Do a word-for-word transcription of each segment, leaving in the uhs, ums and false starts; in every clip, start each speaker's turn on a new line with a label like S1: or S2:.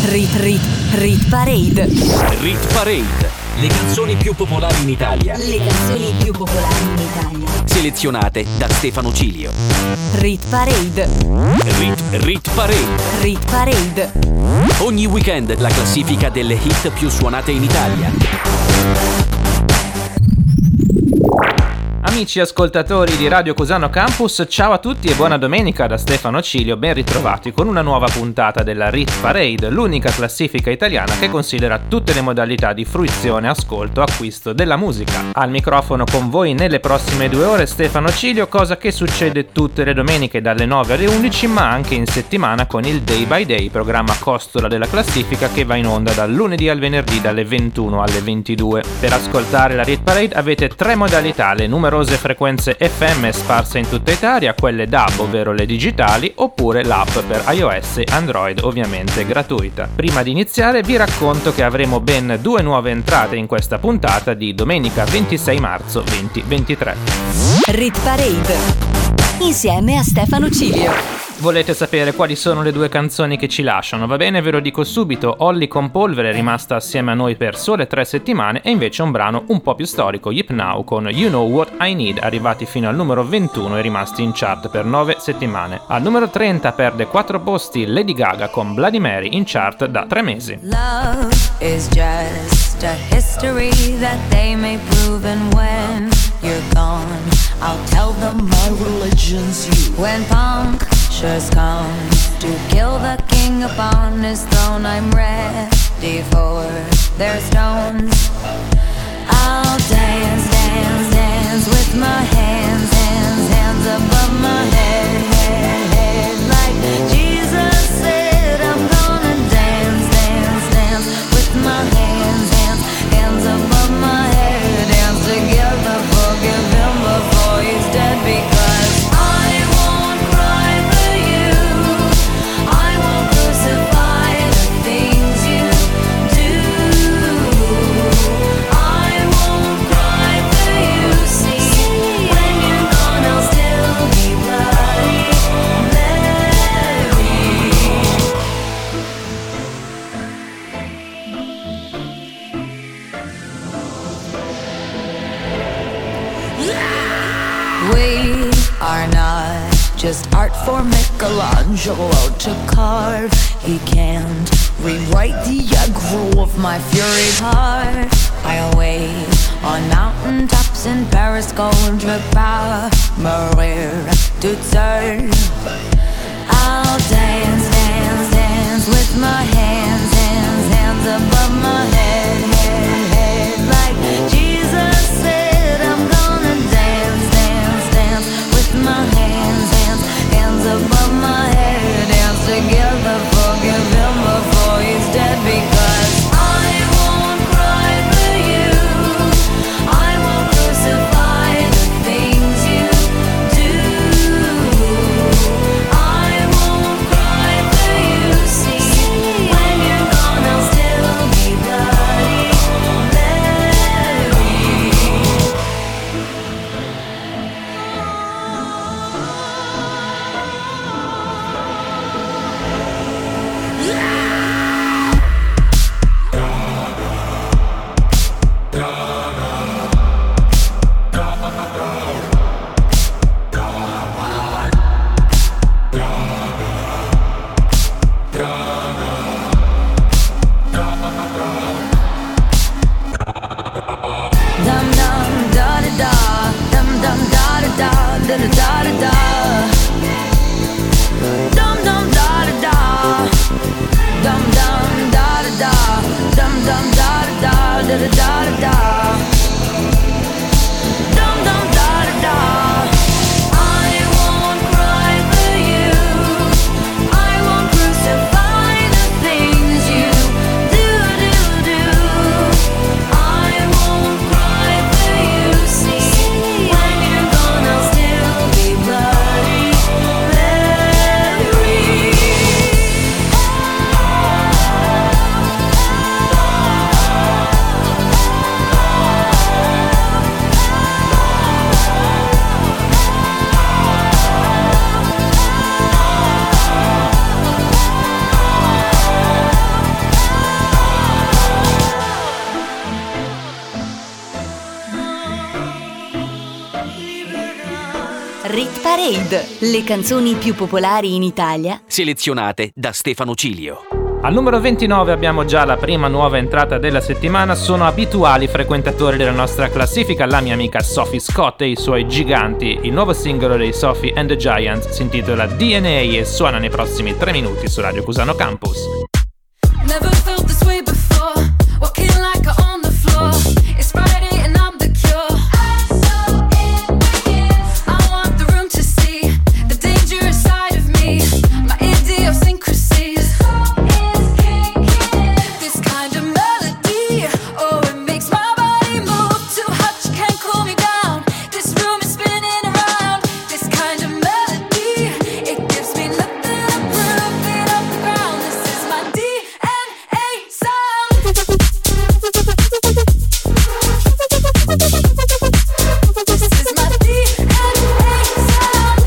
S1: Rit Rit Rit Parade.
S2: Rit Parade. Le canzoni più popolari in Italia.
S1: Le canzoni più popolari in Italia.
S2: Selezionate da Stefano Cilio.
S1: Rit Parade.
S2: Rit Rit Parade.
S1: Rit Parade.
S2: Ogni weekend la classifica delle hit più suonate in Italia.
S3: Amici ascoltatori di Radio Cusano Campus, ciao a tutti e buona domenica da Stefano Cilio, ben ritrovati con una nuova puntata della Rit Parade, l'unica classifica italiana che considera tutte le modalità di fruizione, ascolto, acquisto della musica. Al microfono con voi nelle prossime due ore Stefano Cilio, cosa che succede tutte le domeniche dalle nove alle undici, ma anche in settimana con il Day by Day, programma costola della classifica che va in onda dal lunedì al venerdì dalle ventuno alle ventidue. Per ascoltare la Rit Parade avete tre modalità, le numerose frequenze F M sparse in tutta Italia, quelle D A B, ovvero le digitali, oppure l'app per iOS e Android, ovviamente gratuita. Prima di iniziare vi racconto che avremo ben due nuove entrate in questa puntata di domenica ventisei marzo duemilaventitré.
S1: Rit Parade insieme a Stefano Cilio.
S3: Volete sapere quali sono le due canzoni che ci lasciano? Va bene, ve lo dico subito. Holly con Polvere è rimasta assieme a noi per sole tre settimane e invece un brano un po' più storico, Yip Now con You Know What I Need, arrivati fino al numero ventuno e rimasti in chart per nove settimane. Al numero trenta perde quattro posti Lady Gaga con Bloody Mary, in chart da tre mesi.
S4: Love is just a history that they may prove, and when you're gone I'll tell them my religion's you. When punctures come to kill the king upon his throne, I'm ready for their stones. I'll dance, dance, dance with my hands, hands, hands above my head, head, head. Like Jesus said, I'm gonna dance, dance, dance with my hands, hands, hands above my head. Dance together, forgive him before he's dead, because I won't cry for you, I won't crucify the things you do, I won't cry for you, see, when you're gone I'll still be bloody Mary. We are not just art for Michelangelo to carve. He can't rewrite the aggro of my fury heart. I'll wait on mountaintops in Paris, gold power, Maria to turn. I'll dance, dance, dance with my hands, hands, hands above my head, head, head. Like Jesus said, I'm gonna dance, dance, dance with my hands, hands, hands above my head. Dance together, forgive him before he's dead, because I won't cry for you, I won't crucify the things you do, I won't cry for you, see, when you're gone I'll still be bloody Mary. Dum dum da da da, dum dum da da da, da da da da da. Dum dum da da da, dum dum da da da, dum dum da da da, da da da da. Dum dum da da da. I won't cry for you, I won't crucify the things you do, do, do. I won't cry for you, see, when you're gone I'll still be bloody Mary.
S1: Parade, le canzoni più popolari in Italia,
S2: selezionate da Stefano Cilio.
S3: Al numero ventinove abbiamo già la prima nuova entrata della settimana. Sono abituali frequentatori della nostra classifica la mia amica Sophie Scott e i suoi Giganti. Il nuovo singolo dei Sophie and the Giants si intitola D N A e suona nei prossimi tre minuti su Radio Cusano Campus.
S5: Never felt this way before, walking like I'm on the floor. It's Friday and I'm the cure. I'm so in I want the room to see the dangerous side of me, my idiosyncrasies. This kind of melody, oh, it makes my body move. Too hot, you can't cool me down. This room is spinning around. This kind of melody, it gives me nothing to prove. Beat up the ground, this is my D N A sound. This is my D N A sound.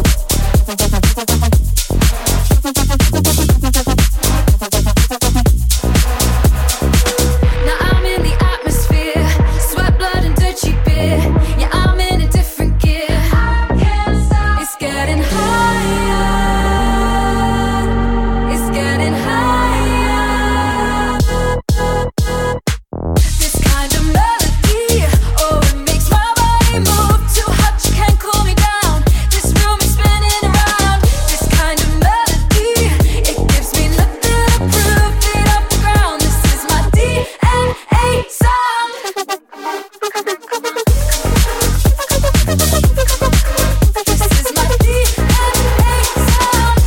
S5: Now I'm in the atmosphere, sweat, blood and dirty beer. Yeah, I'm in a different gear. I can't stop. It's getting higher. It's getting higher. This kind of melody, oh, it makes my body move. Too hot, you can't cool me down. This room is spinning around. This kind of melody, it gives me nothing to prove. Beat up the ground, this is my D N A sound. This is my D N A sound.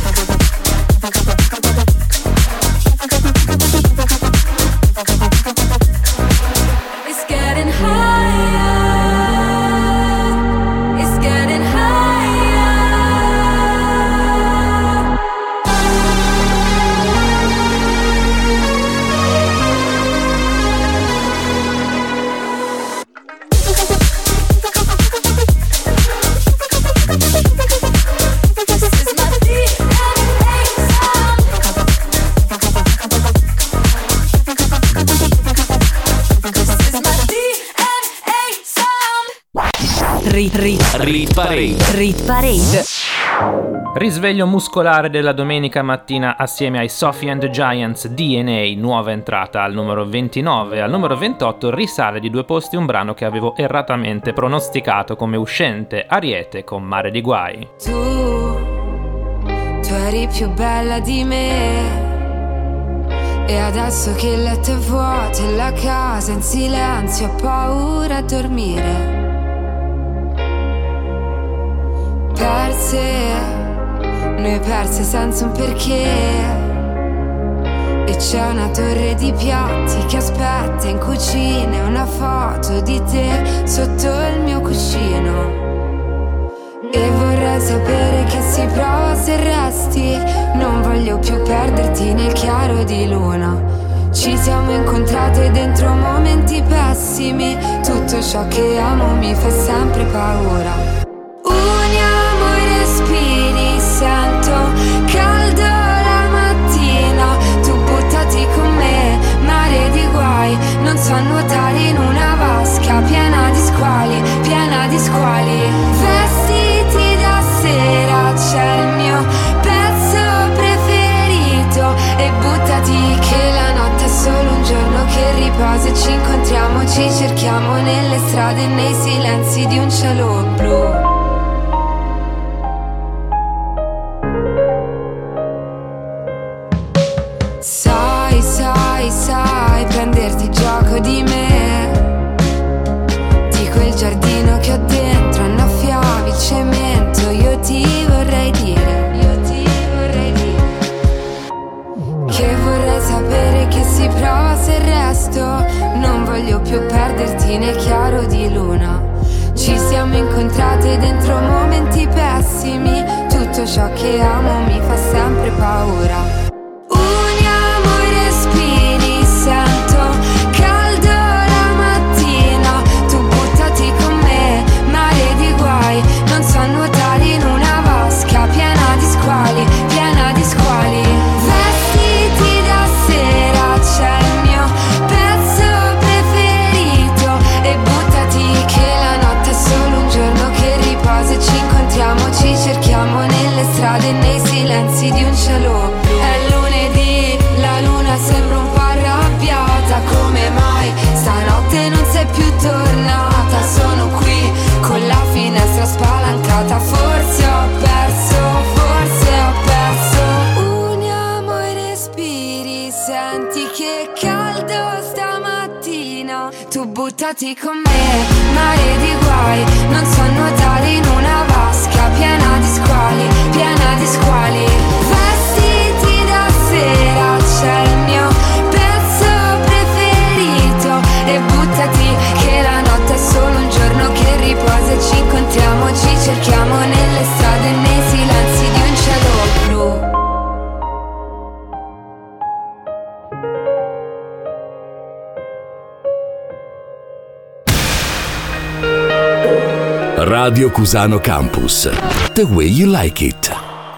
S5: It's getting higher. It's getting higher. This is my D N A sound. This is my D N A sound.
S1: Rit Rit
S2: Rit Parade.
S1: Rit Parade.
S3: Risveglio muscolare della domenica mattina assieme ai Sophie and the Giants. D N A, nuova entrata al numero ventinove. Al numero ventotto risale di due posti un brano che avevo erratamente pronosticato come uscente, Ariete con Mare di Guai.
S4: Tu, tu eri più bella di me. E adesso che il letto è vuoto e la casa in silenzio, ho paura a dormire. Perse, noi perse senza un perché. E c'è una torre di piatti che aspetta in cucina e una foto di te sotto il mio cuscino. E vorrei sapere che si prova se resti. Non voglio più perderti nel chiaro di luna. Ci siamo incontrate dentro momenti pessimi. Tutto ciò che amo mi fa sempre paura. Uniamo i respiri, sento caldo la mattina. Tu buttati con me, mare di guai. Non so nuotare in una vasca piena di squali, piena di squali. Vestiti da sera, c'è il mio pezzo preferito. E buttati che la notte è solo un giorno che riposa. E ci incontriamo, ci cerchiamo nelle strade e nei silenzi di un cielo blu. Sai, sai, sai prenderti gioco di me, di quel giardino che ho dentro, annaffiavi il cemento. Io ti vorrei dire, io ti vorrei dire che vorrei sapere che si prova se resto. Non voglio più perderti nel chiaro di luna. Ci siamo incontrate dentro momenti pessimi. Tutto ciò che amo mi fa sempre paura. Sento caldo la mattina. Tu buttati con me, mare di guai. Non so nuotare in una vasca piena di squali, piena di squali. Vestiti da sera, c'è il mio pezzo preferito. E buttati che la notte è solo un giorno che riposa. E ci incontriamo, ci
S5: Senti che caldo stamattina, tu buttati con me, mare di guai, non so nuotare in una vasca piena di squali, piena di squali. Vestiti da sera, c'è il mio pezzo preferito e buttati che la notte è solo un giorno che riposa e ci incontriamo, ci cerchiamo nelle strade e nei silenzi di un cielo blu.
S6: Radio Cusano Campus. The way you like it.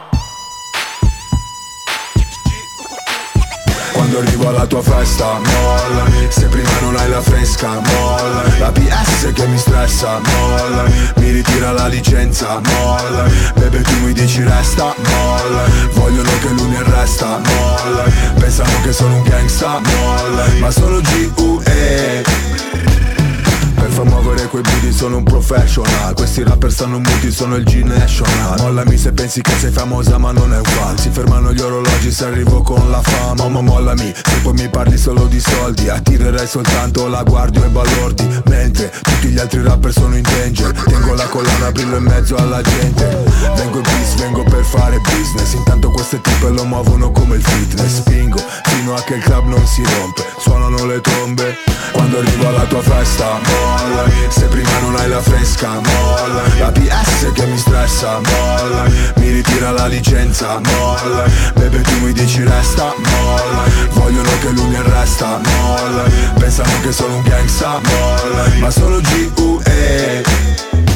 S7: Quando arrivo alla tua festa, molla. Se prima non hai la fresca, molla. La P S che mi stressa, molla. Mi ritira la licenza, molla. Bebe tu mi dici resta, molla. Vogliono che lui mi arresta, molla. Pensano che sono un gangsta, molla. Ma sono G U E. Per far muovere quei booty sono un professional. Questi rapper stanno muti, sono il G-National. Mollami se pensi che sei famosa ma non è un fan. Si fermano gli orologi se arrivo con la fama. Ma mollami se poi mi parli solo di soldi. Attirerei soltanto la guardia e balordi. Mentre tutti gli altri rapper sono in danger. Tengo la collana, brillo in mezzo alla gente. Vengo in peace, vengo per fare business. Intanto queste tipe lo muovono come il fitness. Spingo fino a che il club non si rompe. Suonano le trombe quando arrivo alla tua festa, molla. Se prima non hai la fresca, molla. La P S che mi stressa, molla. Mi ritira la licenza, molla. Bebe tu mi dici resta, molla. Vogliono che lui mi arresta, molla. Pensano che sono un gangsta, molla. Ma sono G U E.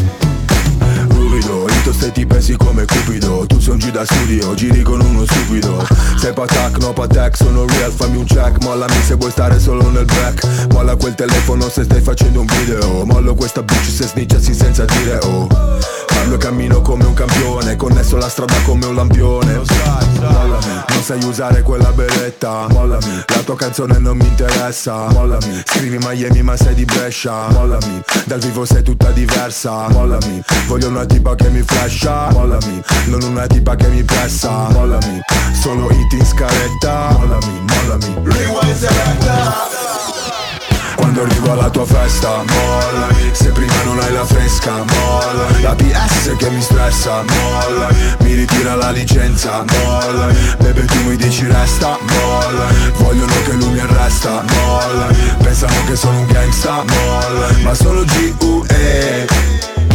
S7: Io stai ti pensi come Cupido. Tu sei un G da studio, giri con uno stupido. Sei patak, no patek, sono real, fammi un check. Mollami se vuoi stare solo nel back. Molla quel telefono se stai facendo un video. Mollo questa bitch se snitchassi senza dire oh. Parlo e cammino come un campione, connesso la strada come un lampione. Mollami, non sai usare quella beretta. Mollami, la tua canzone non mi interessa. Mollami, scrivi Miami ma sei di Brescia. Mollami, dal vivo sei tutta diversa. Mollami, voglio una tipa che mi flasha. Mollami, non una tipa che mi pressa. Mollami, solo hit in scaletta. Mollami, mollami, rewind selecta. Quando arrivo alla tua festa, molla. Se prima non hai la fresca, molla. La P S che mi stressa, molla. Mi ritira la licenza, molla. Bebe tu mi dici resta, molla. Vogliono che lui mi arresta, molla. Pensano che sono un gangsta, molla. Ma sono G U E.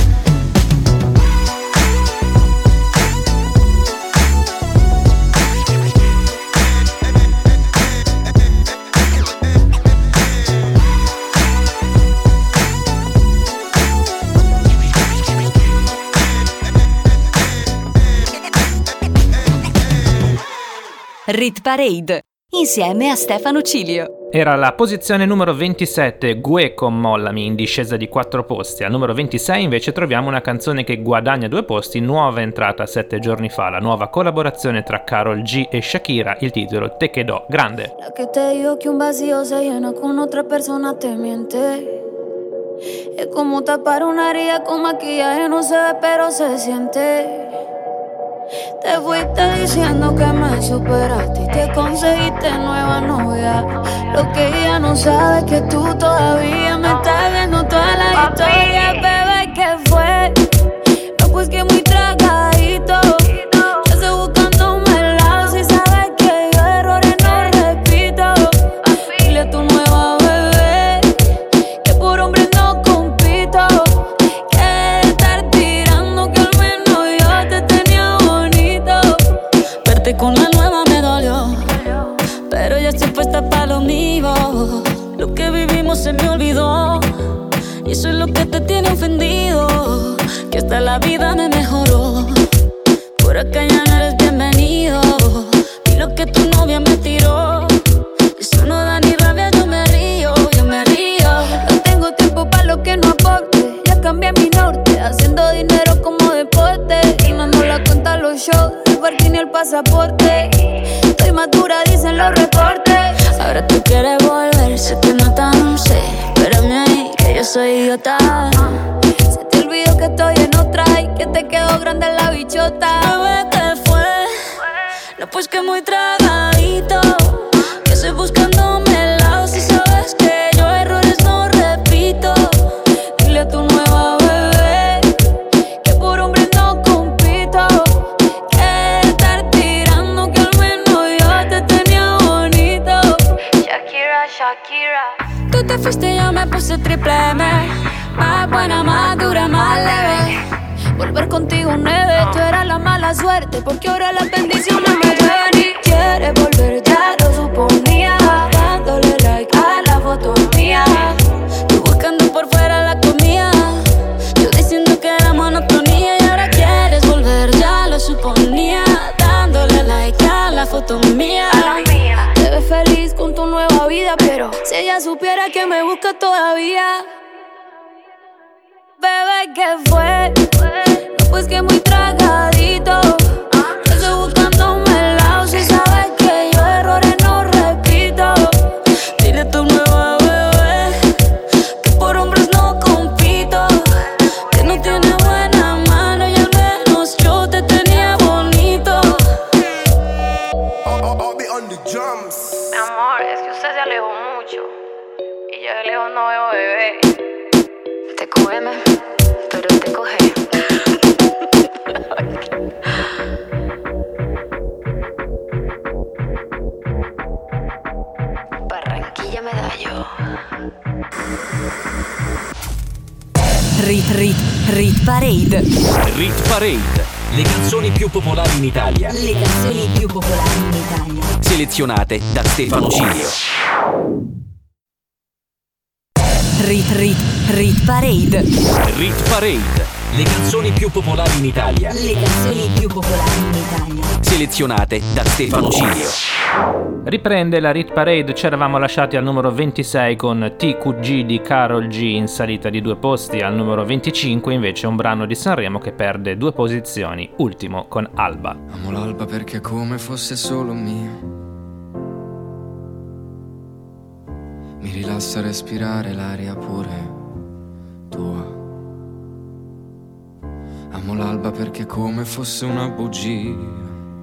S1: Rit Parade, insieme a Stefano Cilio.
S3: Era la posizione numero ventisette, Gue con Mollami, in discesa di quattro posti. Al numero ventisei invece troviamo una canzone che guadagna due posti, nuova entrata sette giorni fa, la nuova collaborazione tra Karol G e Shakira, il titolo Te Quedó Grande.
S8: La que te dijo que un vacío se llena con otra persona te miente. Es como tapar una herida con maquillaje, no se ve pero se siente. Te fuiste diciendo que me superaste y te conseguiste nueva novia. Lo que ella no sabe es que tú todavía me estás viendo toda la historia. Bebé, ¿qué fue? No, pues que muy tragadito. Ya estoy buscándome el lado. Si sabes que yo errores no repito. Dile a tu nueva bebé que por hombre no compito. Que de estar tirando que al menos yo te tenía bonito. Verte con la nueva me dolió, pero ya estoy puesta pa' lo mío. Lo que vivimos se me olvidó y eso es lo que te tiene ofendido. Que hasta la vida me mejoró. Por acá ya no eres bienvenido. Y lo que tu novia me tiró, eso no da ni rabia, yo me río, yo me río. No tengo tiempo pa' lo que no aporte. Ya cambié mi norte, haciendo dinero como deporte. Y no ando la cuenta los shows, el parking y el pasaporte. Estoy madura, dicen los reportes. Ahora tú quieres volver, se te nota, no sé. Espérame ahí, que yo soy idiota. Se te olvidó que estoy en otra y que te quedó grande la bichota. Bebé, ¿qué fue? No, pues que muy tragadito. Que Shakira. Tú te fuiste, yo me puse triple M. Más buena, más dura, más leve. Volver contigo nueve. Tú eras la mala suerte, porque ahora las bendiciones me llueven. Y quieres volver, ya lo suponía. Dándole like a la foto mía. Tú buscando por fuera la comida. Yo diciendo que era monotonía. Y ahora quieres volver, ya lo suponía. Dándole like a la foto mía. Te ves feliz con tu nueva vida, pero si ella supiera que me busca todavía. Bebé, ¿qué fue? No, pues que muy tragadito. Yo estoy buscándome el lado. Si sabes que yo errores no repito. Dile a tu nueva bebé que por hombres no compito. Que no tiene buena mano y al menos yo te tenía bonito.
S9: Mi amor, es que usted se alejó mucho y yo de lejos no veo bebé. Te come, pero te coge. Barranquilla Medallo.
S1: Rit Rit Rit Parade.
S2: Rit Parade. Le canzoni più popolari in Italia.
S1: Le canzoni più popolari in Italia.
S2: Selezionate da Stefano Cilio.
S1: Rit Rit Rit Parade.
S2: Rit Parade. Le canzoni più popolari in Italia.
S1: Le canzoni più popolari in Italia.
S2: Selezionate da Stefano Cilio.
S3: Riprende la Rit Parade, ci eravamo lasciati al numero ventisei con T Q G di Karol G in salita di due posti, al numero venticinque invece un brano di Sanremo che perde due posizioni, ultimo con Alba.
S10: Amo l'alba perché è come fosse solo mia. Mi rilassa respirare l'aria pure tua. Amo l'alba perché è come fosse una bugia.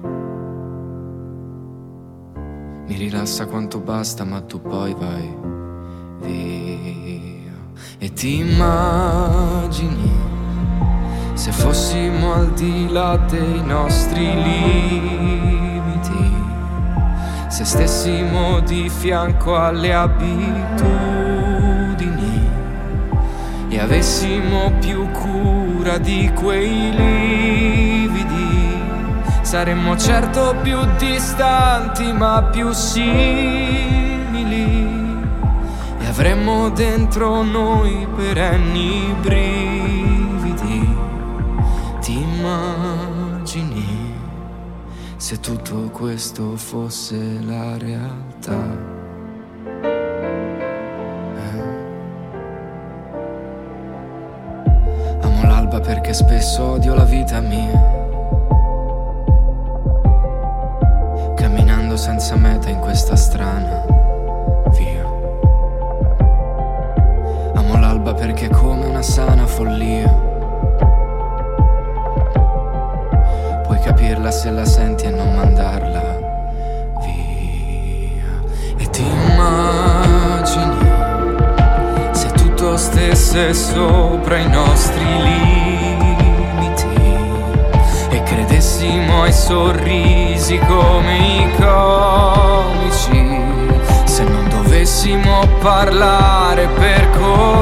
S10: Mi rilassa quanto basta, ma tu poi vai via. E ti immagini se fossimo al di là dei nostri limiti, se stessimo di fianco alle abitudini e avessimo più cura di quei lividi. Saremmo certo più distanti ma più simili e avremmo dentro noi perenni brividi. Ti immagini se tutto questo fosse la realtà? Eh? Amo l'alba perché spesso odio la vita mia. Camminando senza meta in questa strana via. Amo l'alba perché è come una sana follia. Puoi capirla se la senti e non mandarla via. E ti immagini se tutto stesse sopra i nostri limiti e credessimo ai sorrisi come i comici, se non dovessimo parlare per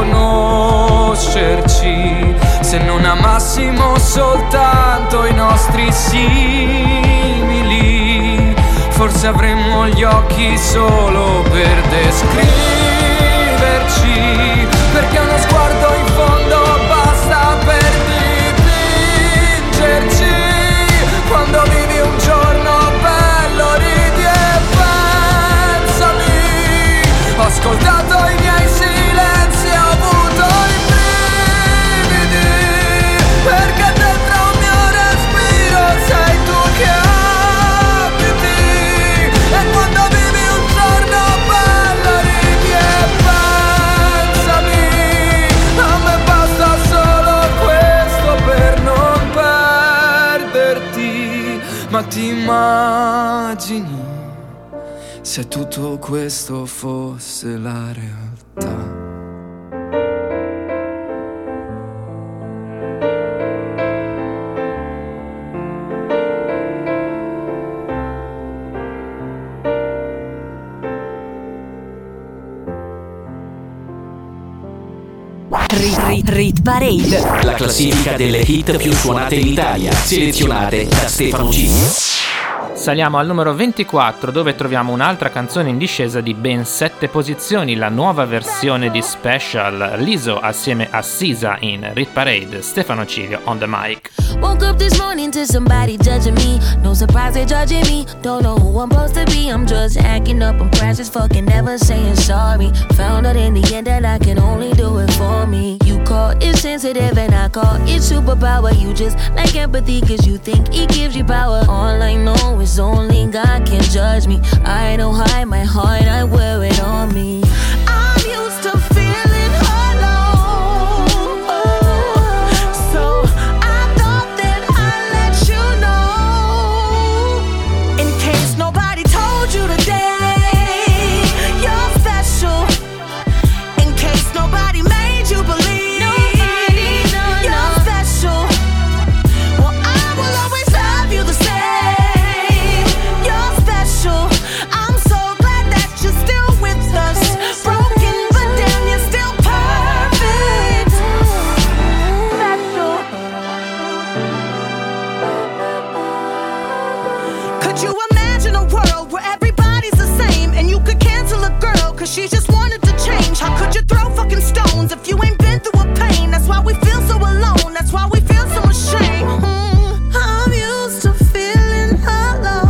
S10: conoscerci, se non amassimo soltanto i nostri simili, forse avremmo gli occhi solo per descriverci, perché uno sguardo in fondo basta per dipingerci. Quando vivi un giorno bello ridi e pensami. Ho ascoltato i miei silenzi, ho avuto i brividi, perché dentro un mio respiro sei tu che abiti. E quando vivi un giorno bello ridi e pensami. A me basta solo questo per non perderti. Ma ti immagini se tutto questo fosse la realtà?
S1: Rit, Rit, Rit Parade.
S2: La classifica delle hit più suonate in Italia, selezionate da Stefano Cilio.
S3: Saliamo al numero ventiquattro, dove troviamo un'altra canzone in discesa di ben sette posizioni, la nuova versione di Special, Lizzo assieme a Sisa in Rit Parade. Stefano Cilio on the mic.
S11: Woke up this morning to somebody judging me. No surprise they're judging me. Don't know who I'm supposed to be. I'm just acting up. I'm precious fucking never saying sorry. Found out in the end that I can only do it for me. You call it sensitive and I call it superpower. You just like empathy cause you think it gives you power. All I know is only God can judge me. I don't hide my heart, I wear it on me. I'm used to feeling alone, so I thought that I'd let you know. In case nobody told you today, you're special. In case nobody made you believe, nobody, no, you're no. special. Well, I will always love you the same. I'm so glad that you're still with us. Broken, but damn, you're still perfect. Special. Could you imagine a world where everybody's the same and you could cancel a girl cause she just wanted to change? How could you throw fucking stones if you ain't been through a pain? That's why we feel so alone. That's why we feel so ashamed. Mm, I'm used to feeling alone.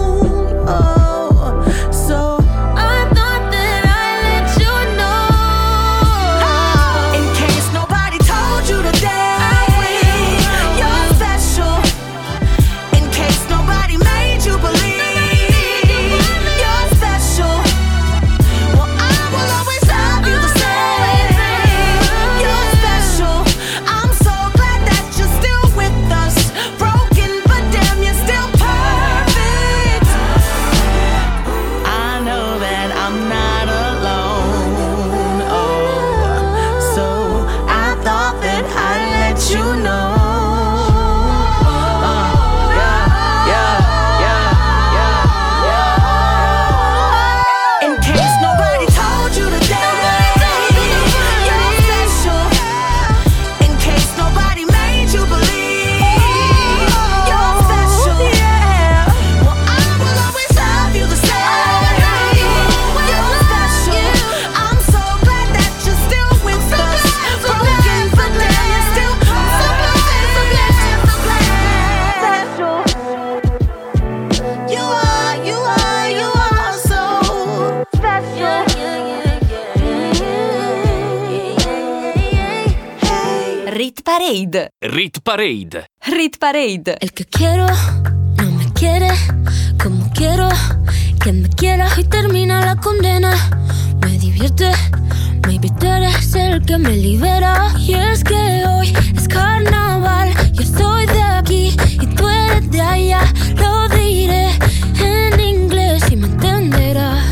S1: Rit Parade.
S2: Rit Parade.
S1: Rit Parade.
S11: El que quiero no me quiere como quiero que me quiera y termina la condena. Me divierte, maybe tú eres el que me libera. Y es que hoy es carnaval. Yo soy de aquí y tú eres de allá. Lo diré en inglés y me entenderás.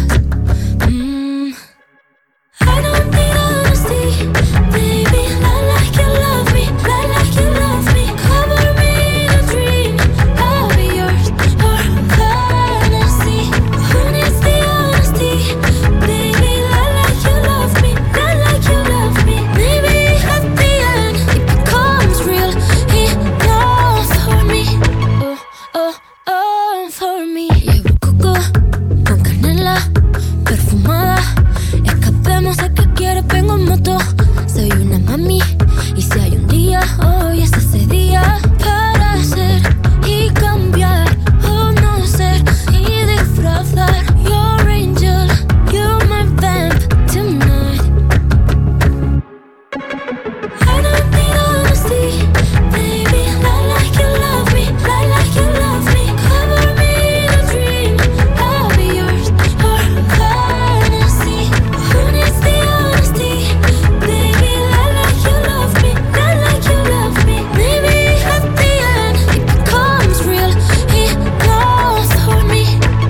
S11: Mm. I don't need honesty, baby. I like you love me, I like you love me. Cover me in a dream, I'll be yours for fantasy. Who needs the honesty, baby? I like you love me, I like you love me. Maybe at the end it becomes real enough for me. Oh, oh, oh, for me. Llevo coco con canela perfumada. Escapemos a que quieres, vengo en moto. Soy una mami y si hay un día, hoy es ese día para ser y cambiar o no ser y disfrazar. Your angel, you're my vamp tonight. I don't need honesty, baby. I like you love me, I like you love me. Cover me in a dream, I'll be yours for fantasy. Who needs the honesty, baby? I like you love me, I like you love me. Maybe at the end it becomes real enough for me.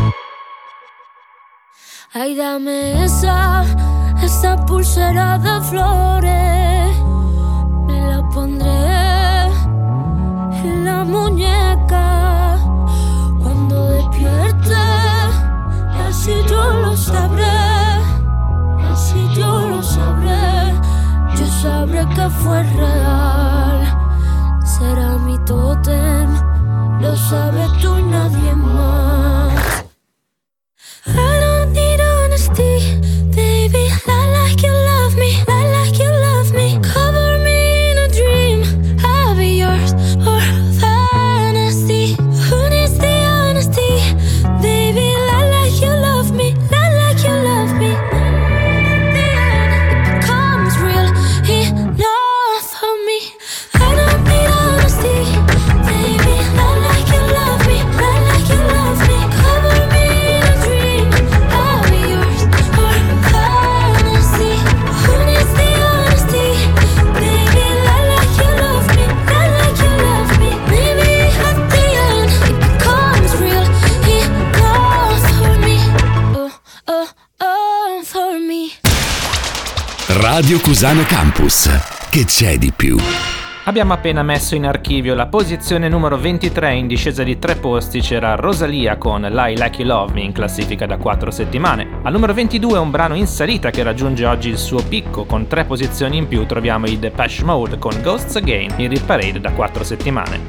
S11: Ay, dame esa, esa pulsera de flores. Me la pondré en la muñeca cuando despierte. Así yo lo sabré, así yo lo sabré. Yo sabré que fue real. Será mi tótem, lo sabes tú y nadie más. I don't need honesty, baby. Lie like you love me, lie like you love me. Cover me in a dream, I'll be yours or fantasy. Who needs the honesty, baby? Lie like you love me, lie like you love me. The end, it becomes real enough for me. I don't need honesty, baby. Lie like you love me, lie like you love me. Cover me in a dream, I'll be yours or fantasy. Who needs the honesty, baby? Lie like you love me, lie like you love me. Maybe at the end it becomes real enough for me. Oh, oh, oh, for me.
S6: Radio Cusano Campus. Che c'è di più?
S3: Abbiamo appena messo in archivio la posizione numero ventitré, in discesa di tre posti c'era Rosalia con Lie Like You Love Me in classifica da quattro settimane. Al numero ventidue un brano in salita che raggiunge oggi il suo picco, con tre posizioni in più troviamo i Depeche Mode con Ghosts Again in Hit Parade da quattro settimane.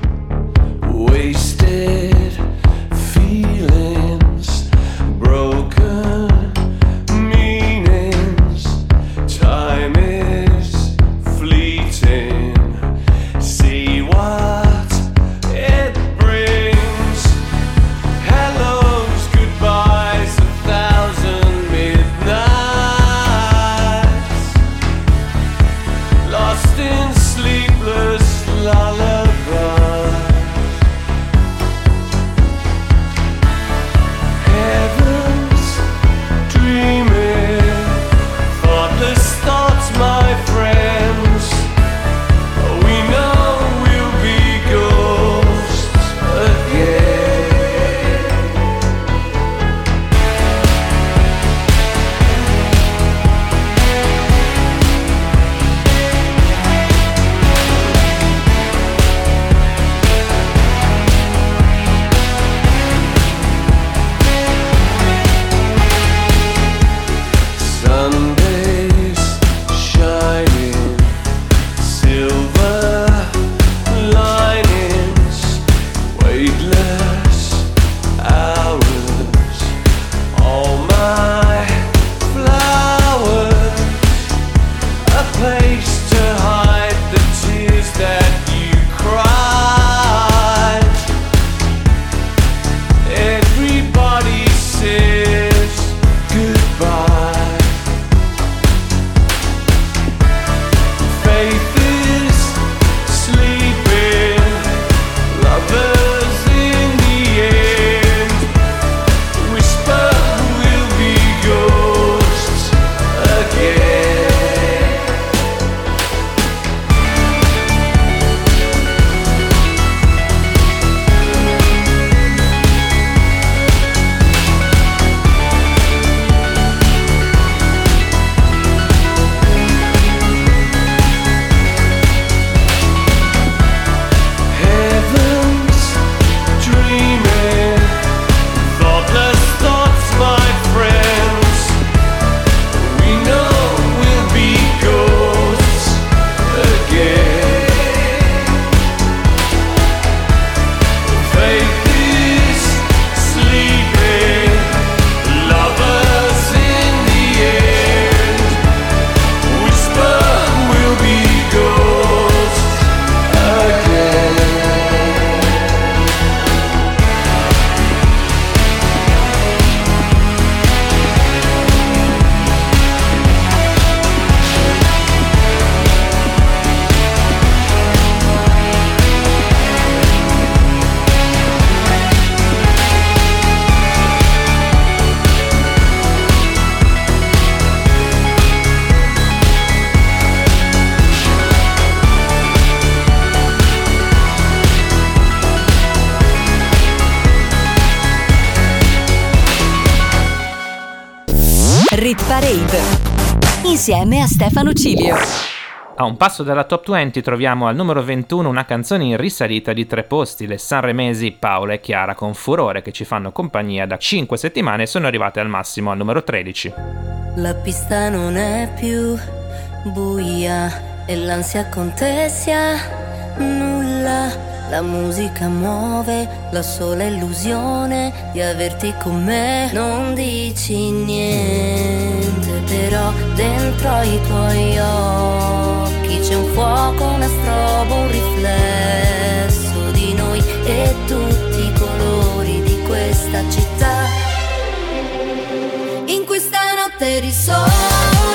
S12: Wasted feelings, broken meanings, time is fleeting. See what it brings. Hellos, goodbyes, a thousand midnights, lost in sleepless lullaby. Heaven's dreaming, thoughtless thoughts, my friends. We know we'll be ghosts again. Sundays shining, silver linings, weightless hours, all my flowers, a place to hide the tears that you cried. Everybody says goodbye. Faith is sleeping, lovers in the end. Whisper we'll be ghosts again. Heaven's dreaming, thoughtless thoughts, my friends. We know we'll be ghosts again. Faith is sleeping, lovers in the end. Whisper we'll be ghosts again.
S1: Rit Parade insieme a Stefano Cilio.
S3: A un passo dalla top venti troviamo al numero ventuno una canzone in risalita di tre posti, le sanremesi Paola e Chiara con Furore, che ci fanno compagnia da cinque settimane e sono arrivate al massimo al numero tredici.
S13: La pista non è più buia,
S11: e l'ansia con te sia nulla. La musica muove la sola illusione di averti con me. Non dici niente, però dentro i tuoi occhi c'è un fuoco, una strobo, un riflesso di noi e tutti i colori di questa città. In questa notte di sole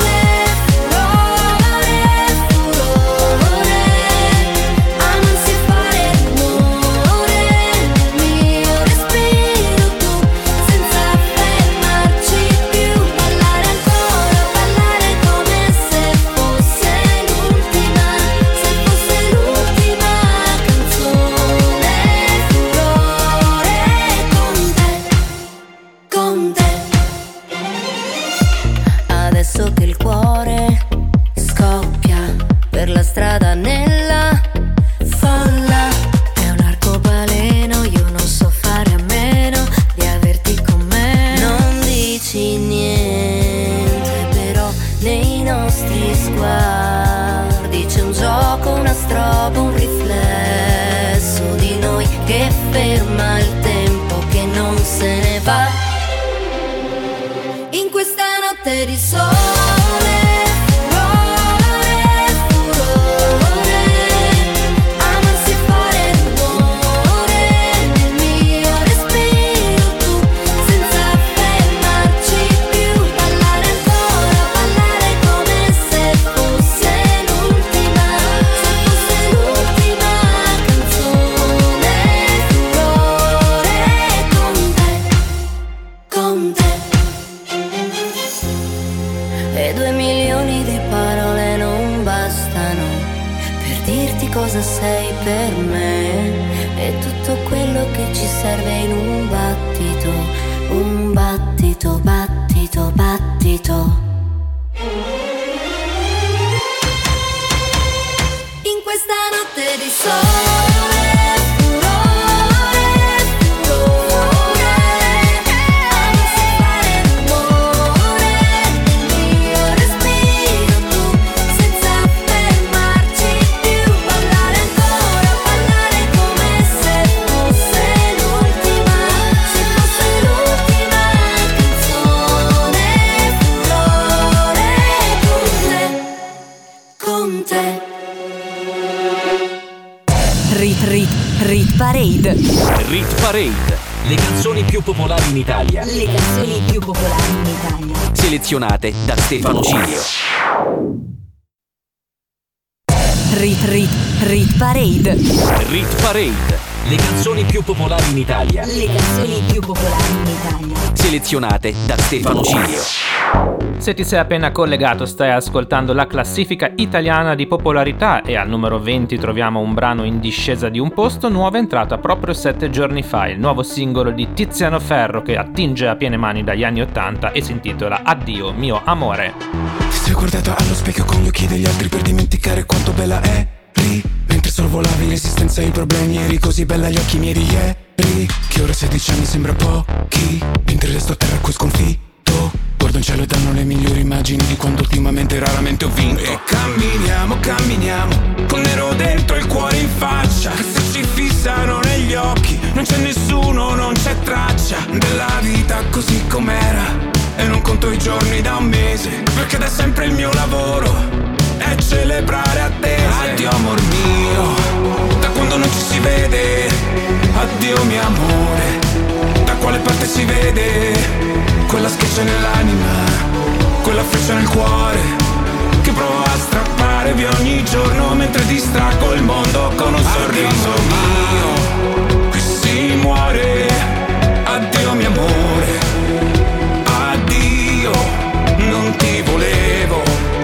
S11: strada nella folla, è un arcobaleno, io non so fare a meno di averti con me. Non dici niente, però nei nostri sguardi c'è un gioco, una strobo, un riflesso di noi che ferma il tempo che non se ne va. In questa notte di sole cosa sei per me, è tutto quello che ci serve in un battito, un battito, battito, battito. In questa notte di sole
S1: Rit Parade.
S2: Rit Parade. Le canzoni più popolari in Italia.
S1: Le canzoni più popolari in Italia.
S2: Selezionate da Stefano Cilio.
S1: Rit Rit Rit Parade.
S2: Rit Parade. Le canzoni più popolari in Italia.
S1: Le canzoni più popolari in Italia.
S2: Selezionate da Stefano Cilio.
S3: Se ti sei appena collegato, stai ascoltando la classifica italiana di popolarità e al numero venti troviamo un brano in discesa di un posto, nuova entrata proprio sette giorni fa, il nuovo singolo di Tiziano Ferro che attinge a piene mani dagli anni ottanta e si intitola Addio mio amore.
S13: Ti sei guardata allo specchio con gli occhi degli altri per dimenticare quanto bella eri, mentre sorvolavi l'esistenza e i problemi, eri così bella agli occhi miei di ieri, che ora sedici anni sembra pochi, mentre resto a terra qui sconfitto. Guardo in cielo e danno le migliori immagini di quando ultimamente raramente ho vinto. E camminiamo, camminiamo, con nero dentro e il cuore in faccia, che se ci fissano negli occhi non c'è nessuno, non c'è traccia della vita così com'era. E non conto i giorni da un mese, perché da sempre il mio lavoro è celebrare attese. Addio amor mio, da quando non ci si vede. Addio mio amore, da quale parte si vede quella schiaccia nell'anima, quella freccia nel cuore, che provo a strappare via ogni giorno mentre distraggo il mondo con un sorriso mio. Qui si muore. Addio mio amore, addio, non ti volevo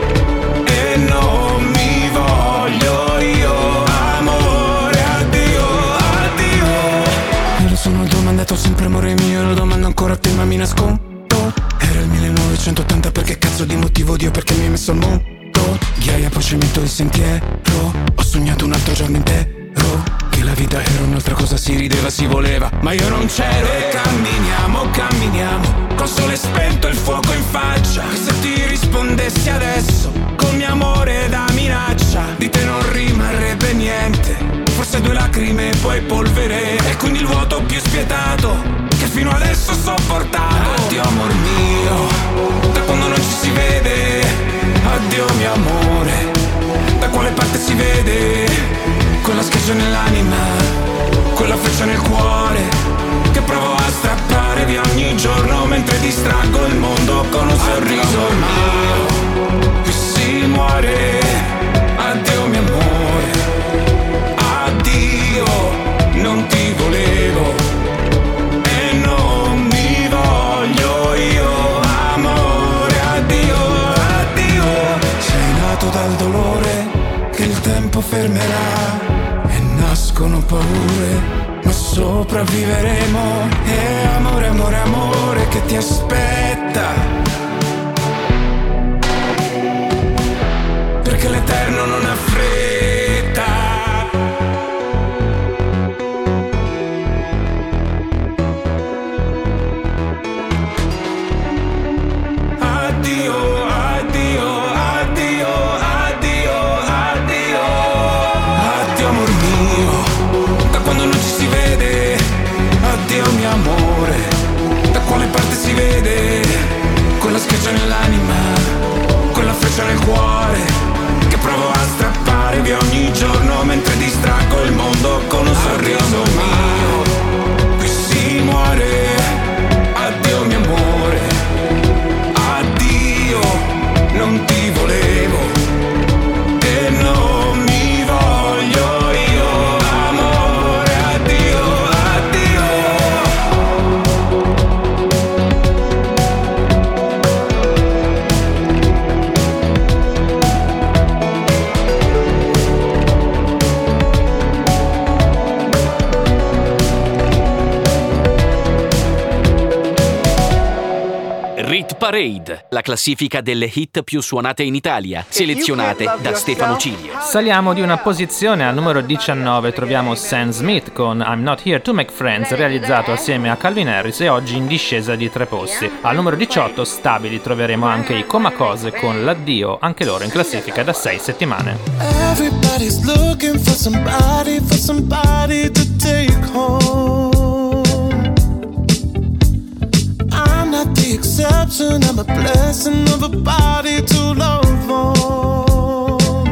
S13: e non mi voglio io. Amore, addio, addio. Io lo sono domandato sempre amore mio, lo domando ancora a te ma mi nascondo. Era il millenovecentottanta, perché cazzo di motivo Dio perché mi hai messo al mondo? Ghiaia poi ci metto il sentiero, ho sognato un altro giorno intero, che la vita era un'altra cosa, si rideva, si voleva, ma io non c'ero. E camminiamo, camminiamo, col sole spento e il fuoco in faccia, che se ti rispondessi adesso col mio amore da minaccia faccia, di te non rimarrebbe niente. Forse due lacrime e poi polvere, e quindi il vuoto più spietato che fino adesso ho sopportato. Addio amor mio, da quando non ci si vede. Addio mio amore, da quale parte si vede? Quella schiaccia nell'anima, quella freccia nel cuore, che provo a strappare via ogni giorno mentre distraggo il mondo con un sorriso mio. Qui si muore. Addio mio amore, addio, non ti volevo e non mi voglio io, amore, addio, addio. Sei nato dal dolore che il tempo fermerà e nascono paure, ma sopravviveremo. E amore, amore, amore che ti aspetta, perché l'eterno non ha fretta. Addio, addio, addio, addio, addio. Addio amor mio, da quando non ci si vede. Addio mio amore, da quale parte si vede? Quella schiaccia nell'anima, quella freccia nel cuore, che provo a strappare via ogni giorno mentre distraggo il mondo con un sorriso mio. Qui si muore. Addio mio amore, addio, non ti volevo e non mi voglio io, amore, addio, addio.
S2: Rit Parade, la classifica delle hit più suonate in Italia, selezionate da Stefano Cilio.
S3: Saliamo di una posizione. Al numero diciannove troviamo Sam Smith con I'm Not Here to Make Friends, realizzato assieme a Calvin Harris e oggi in discesa di tre posti. Al numero diciotto, stabili, troveremo anche i Comacose con L'addio, anche loro in classifica da sei settimane.
S14: Everybody's looking for somebody, for somebody to take home. I'm not the exception, I'm a blessing of a body to love on.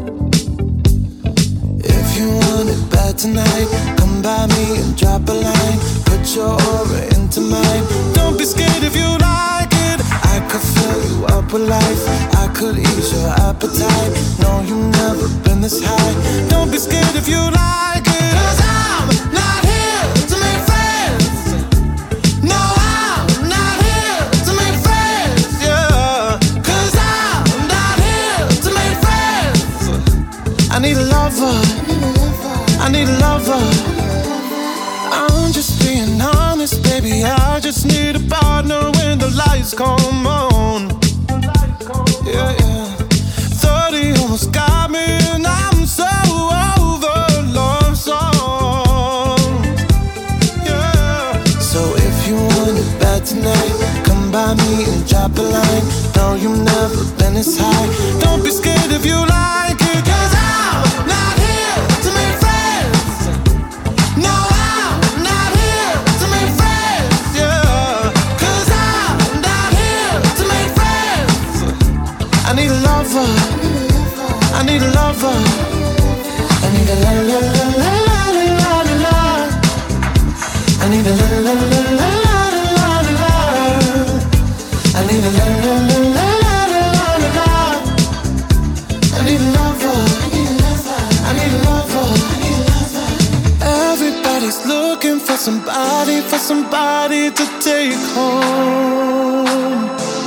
S14: If you want it bad tonight, come by me and drop a line. Put your aura into mine. Don't be scared if you like it. I could fill you up with life, I could ease your appetite. No, you've never been this high. Don't be scared if you like it. 'Cause I'm not here to make friends. No, I'm not here to make friends, yeah. 'Cause I'm not here to make friends. I need a lover, I need a lover. I'm just being honest, baby, I just need a partner when the lights come on. Yeah, yeah. thirty almost got me and I'm so over love song. Yeah. So if you want it bad tonight, come by me and drop a line. No, you've never been this high. Don't be scared if you like it. 'Cause I'm not here to make friends. No, I'm not here to make friends, yeah. 'Cause I'm not here to make friends. I need a lover, I need a lover. I need a la la la la la la la la. I need a la la la la la la la. I need a la la la la la la la. I need a lover, I need a lover. Everybody's looking for somebody, for somebody to take home.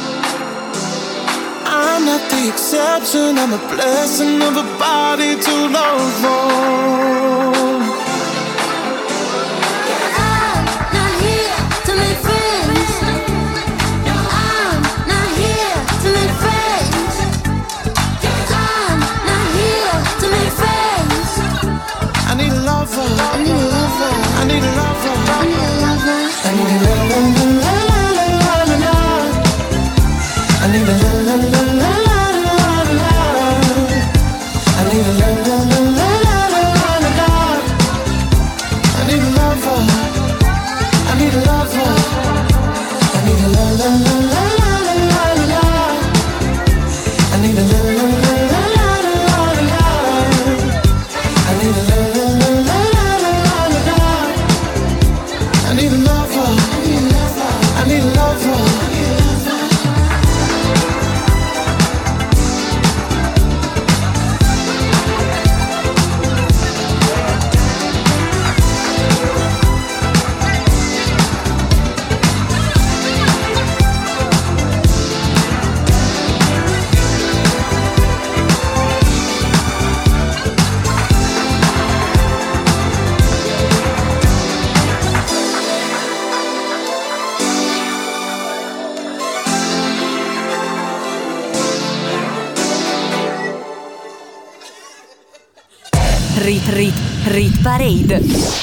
S14: I'm not the exception, I'm a blessing of a body to love on.
S11: I'm not here to make friends. No, I'm not here to make friends. I'm not here to make friends.
S14: I need a lover,
S11: I need a lover,
S14: I need a lover.
S11: I need a lover.
S14: I need a la la la la la la la. I need a la la la la la la la. I need a la la la la la la la la. I need a lover. I need a lover. I need a la la la la la la la la. I need a la la la la la la la la. I need a la la la la la la la la. I need a lover. I need a lover.
S1: Rit Rit Rit Parade.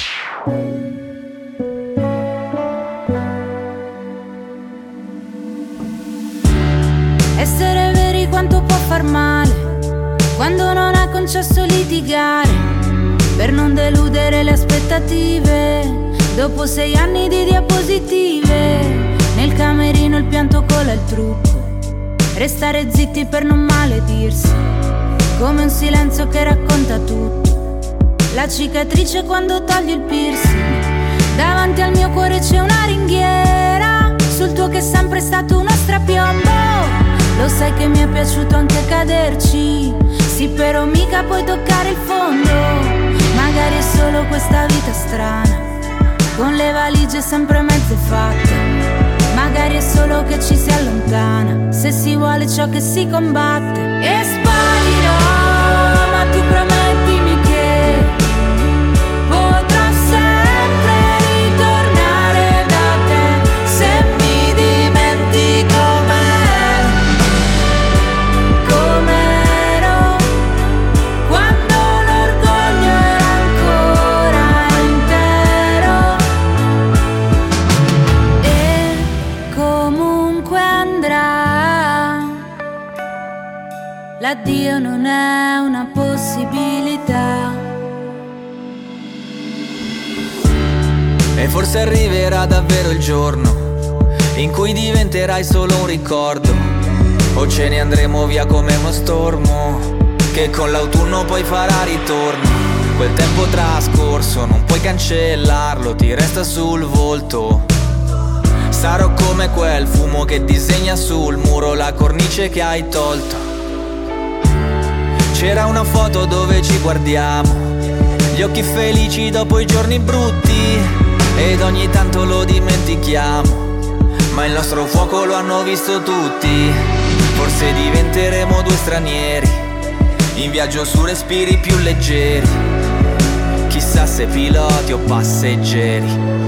S15: Essere veri quanto può far male quando non ha concesso litigare per non deludere le aspettative. Dopo sei anni di diapositive nel camerino il pianto cola il trucco. Restare zitti per non maledirsi come un silenzio che racconta tutto. La cicatrice quando togli il piercing. Davanti al mio cuore c'è una ringhiera, sul tuo che è sempre stato uno strapiombo. Lo sai che mi è piaciuto anche caderci. Sì, però mica puoi toccare il fondo. Magari è solo questa vita strana, con le valigie sempre mezze fatte. Magari è solo che ci si allontana, se si vuole ciò che si combatte. E sparirò, ma tu promettimi che potrò sempre ritornare da te, se mi dimentico me, com'ero quando l'orgoglio era ancora intero. E comunque andrà, l'addio non è una possibilità.
S10: E forse arriverà davvero il giorno in cui diventerai solo un ricordo, o ce ne andremo via come uno stormo che con l'autunno poi farà ritorno. Quel tempo trascorso non puoi cancellarlo, ti resta sul volto. Sarò come quel fumo che disegna sul muro la cornice che hai tolto. C'era una foto dove ci guardiamo, gli occhi felici dopo i giorni brutti, ed ogni tanto lo dimentichiamo, ma il nostro fuoco lo hanno visto tutti. Forse diventeremo due stranieri in viaggio su respiri più leggeri, chissà se piloti o passeggeri.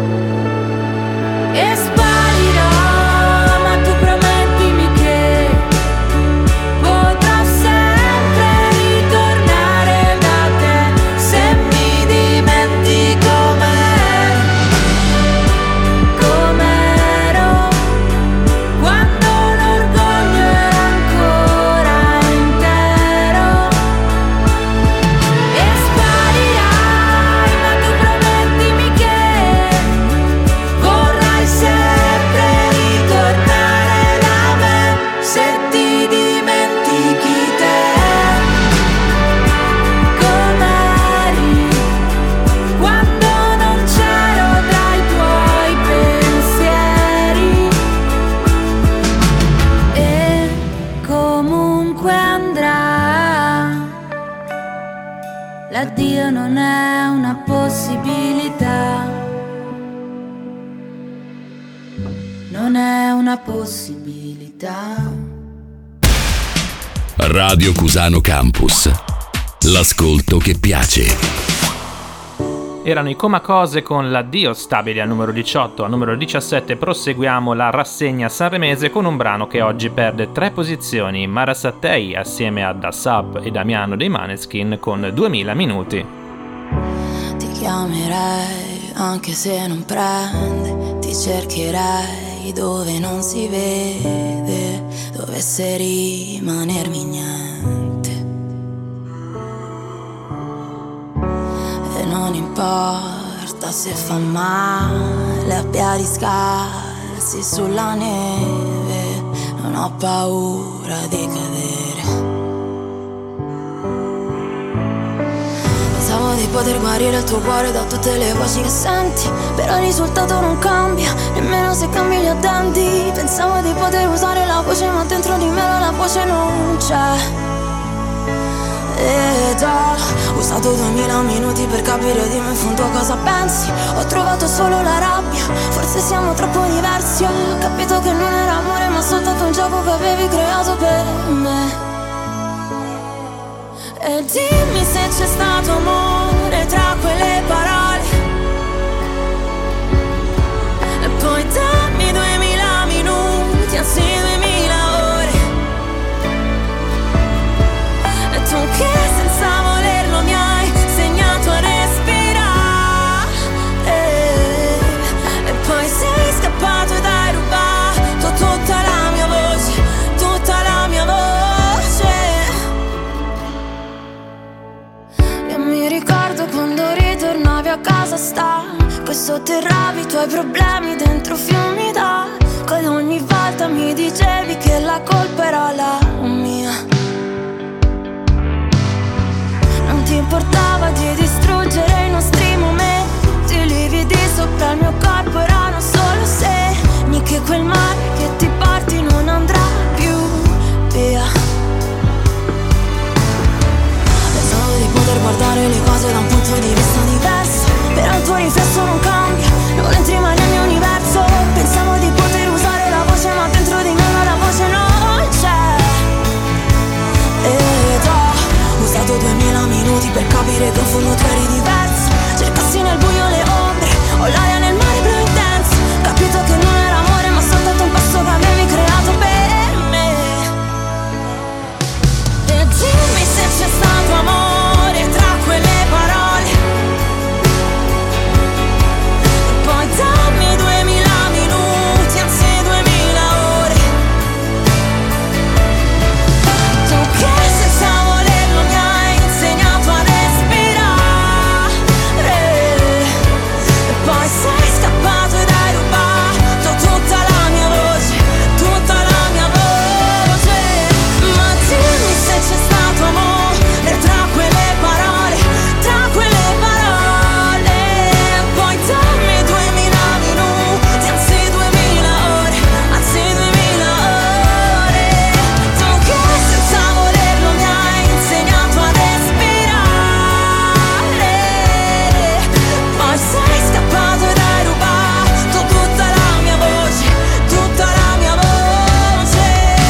S15: E sparirò, ma tu promettimi che potrò sempre ritornare da te, se mi dimentico me, com'ero quando l'orgoglio era ancora intero. E sparirai, ma tu promettimi che vorrai sempre ritornare da me, se ti dimentichi te, com'eri quando non c'ero tra i tuoi pensieri. E comunque andrà, l'addio non è una possibilità. Non è una possibilità.
S6: Radio Cusano Campus. L'ascolto che piace.
S3: Erano i Comacose con l'addio, stabili al numero diciotto. Al numero diciassette proseguiamo la rassegna sanremese con un brano che oggi perde tre posizioni, Mara Sattei assieme a Da Sub e Damiano dei Maneskin con duemila minuti.
S16: Ti chiamerei anche se non prende, ti cercherei dove non si vede, dovesse rimanermi niente. porta se fa male a piedi scalzi sulla neve, non ho paura di cadere. Pensavo di poter guarire il tuo cuore da tutte le voci che senti, però il risultato non cambia, nemmeno se cambi gli addenti. Pensavo di poter usare la voce, ma dentro di me la voce non c'è. Ed ho usato duemila minuti per capire di me in fondo cosa pensi. Ho trovato solo la rabbia, forse siamo troppo diversi. Ho capito che non era amore, ma soltanto un gioco che avevi creato per me. E dimmi se c'è stato amore tra quelle parole, e poi dammi duemila minuti, anzi duemila ore. E tu che senza volerlo mi hai insegnato a respirare, e poi sei scappato ed hai rubato tutta la mia voce, tutta la mia voce. Mi ricordo quando ritornavi a casa stanco e sotterravi i tuoi problemi dentro fiumi d'acqua, ed ogni volta mi dicevi che la colpa era la mia. Non ti importava di distruggere i nostri momenti, i lividi sopra il mio corpo erano solo segni che quel mare che ti porti non andrà più via. Di poter guardare le cose da un punto di vista diverso, però il tuo riflesso non cambia, non entri mai nel mio universo. Pensavo di poter usare la voce, ma dentro di me la voce non c'è. Ed ho usato duemila minuti per capire che in fondo tu eri diverso. Cercassi nel buio le ombre, o l'aria nel mare blu intenso. Capito che non era amore, ma soltanto un passo che avevi creato per me. E dimmi se c'è stato amore tra quelle parole, e poi dammi duemila minuti, anzi duemila ore. Tu che senza volerlo mi hai insegnato a respirare, e poi sei scappato ed hai rubato tutta la mia voce, tutta la mia voce. Ma dimmi se c'è stato amore tra quelle parole, tra quelle parole, poi dammi duemila minuti, anzi duemila ore, anzi duemila ore. Tu che senza volerlo mi hai insegnato a respirare, poi sei scappato ed hai rubato tutta la mia voce, tutta la mia voce.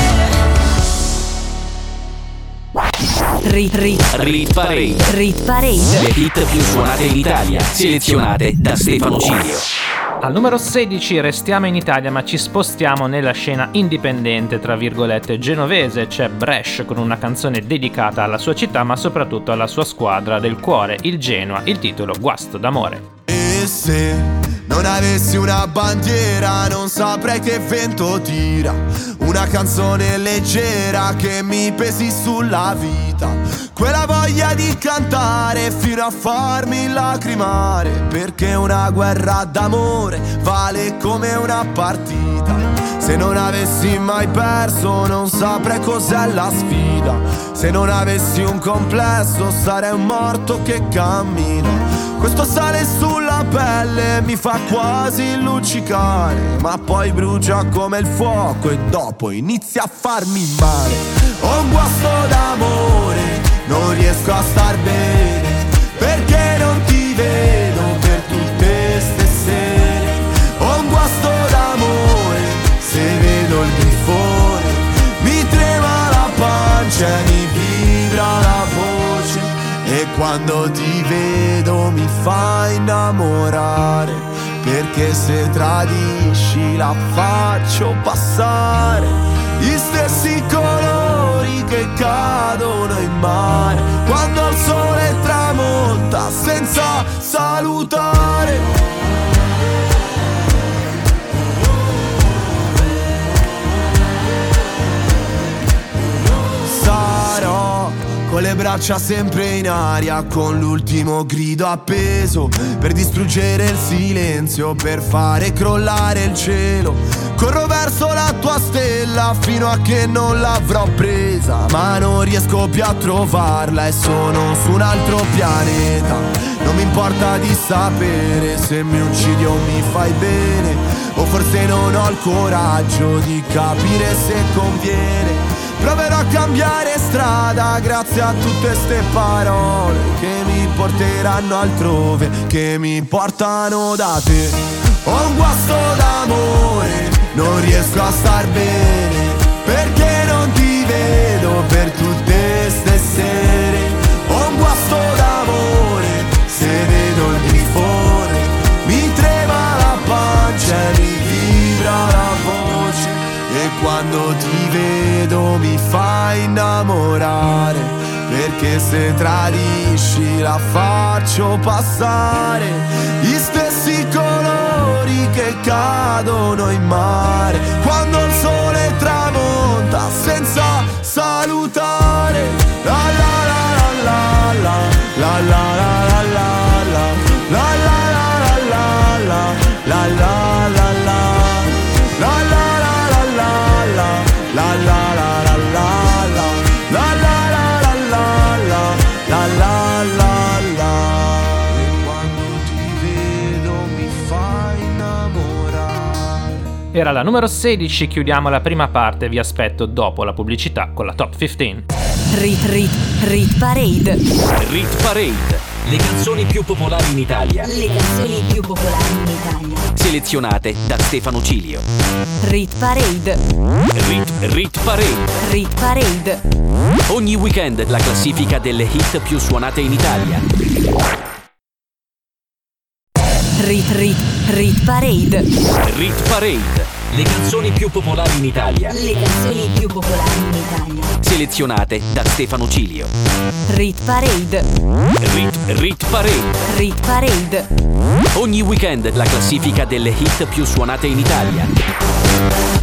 S1: Rit, rit,
S2: Rit Parade.
S1: Rit Parade.
S2: Le hit più suonate in Italia, selezionate da Stefano Cilio.
S3: Al numero sedici restiamo in Italia, ma ci spostiamo nella scena indipendente, tra virgolette, genovese. C'è Bresh con una canzone dedicata alla sua città, ma soprattutto alla sua squadra del cuore, il Genoa, il titolo Guasto d'amore.
S17: E se non avessi una bandiera non saprei che vento tira, una canzone leggera che mi pesi sulla vita, quella voglia di cantare fino a farmi lacrimare, perché una guerra d'amore vale come una partita. Se non avessi mai perso non saprei cos'è la sfida, se non avessi un complesso sarei un morto che cammina. Questo sale sulla pelle mi fa quasi luccicare, ma poi brucia come il fuoco e dopo inizia a farmi male. Ho un guasto d'amore, non riesco a star bene, perché non ti vedo per tutte ste sere. Ho un guasto d'amore, se vedo il grifone mi trema la pancia e mi vibra la voce, e quando ti vedo mi fa innamorare, perché se tradisci la faccio passare. Gli stessi colori che cadono in mare quando il sole tramonta senza salutare. Sarò con le braccia sempre in aria, con l'ultimo grido appeso per distruggere il silenzio, per fare crollare il cielo. Corro verso la tua stella fino a che non l'avrò presa, ma non riesco più a trovarla e sono su un altro pianeta. Non mi importa di sapere se mi uccidi o mi fai bene, o forse non ho il coraggio di capire se conviene. Proverò a cambiare strada grazie a tutte ste parole che mi porteranno altrove, che mi portano da te. Ho un guasto d'amore, non riesco a star bene, perché non ti vedo per tutte ste sere. Ho un guasto d'amore, se vedo il grifone mi trema la pancia e mi vibra la voce. E quando ti vedo mi fai innamorare, perché se tradisci la faccio passare. Gli stessi colori che cadono in mare quando il sole tramonta senza salutare. La la la la la la la la la la la la la la la la la la
S3: Era la numero sedici, chiudiamo la prima parte, vi aspetto dopo la pubblicità con la top quindici.
S1: Rit Rit Rit Parade.
S2: Rit Parade, le canzoni più popolari in Italia.
S1: Le canzoni più popolari in Italia.
S2: Selezionate da Stefano Cilio.
S1: Rit Parade.
S2: Rit Rit Parade.
S1: Rit Parade.
S2: Ogni weekend la classifica delle hit più suonate in Italia.
S1: Rit Rit Rit Parade.
S2: Rit Parade, le canzoni più popolari in Italia.
S1: Le canzoni più popolari in Italia.
S2: Selezionate da Stefano Cilio.
S1: Rit Parade.
S2: Rit Rit Parade.
S1: Rit Parade.
S2: Ogni weekend la classifica delle hit più suonate in Italia.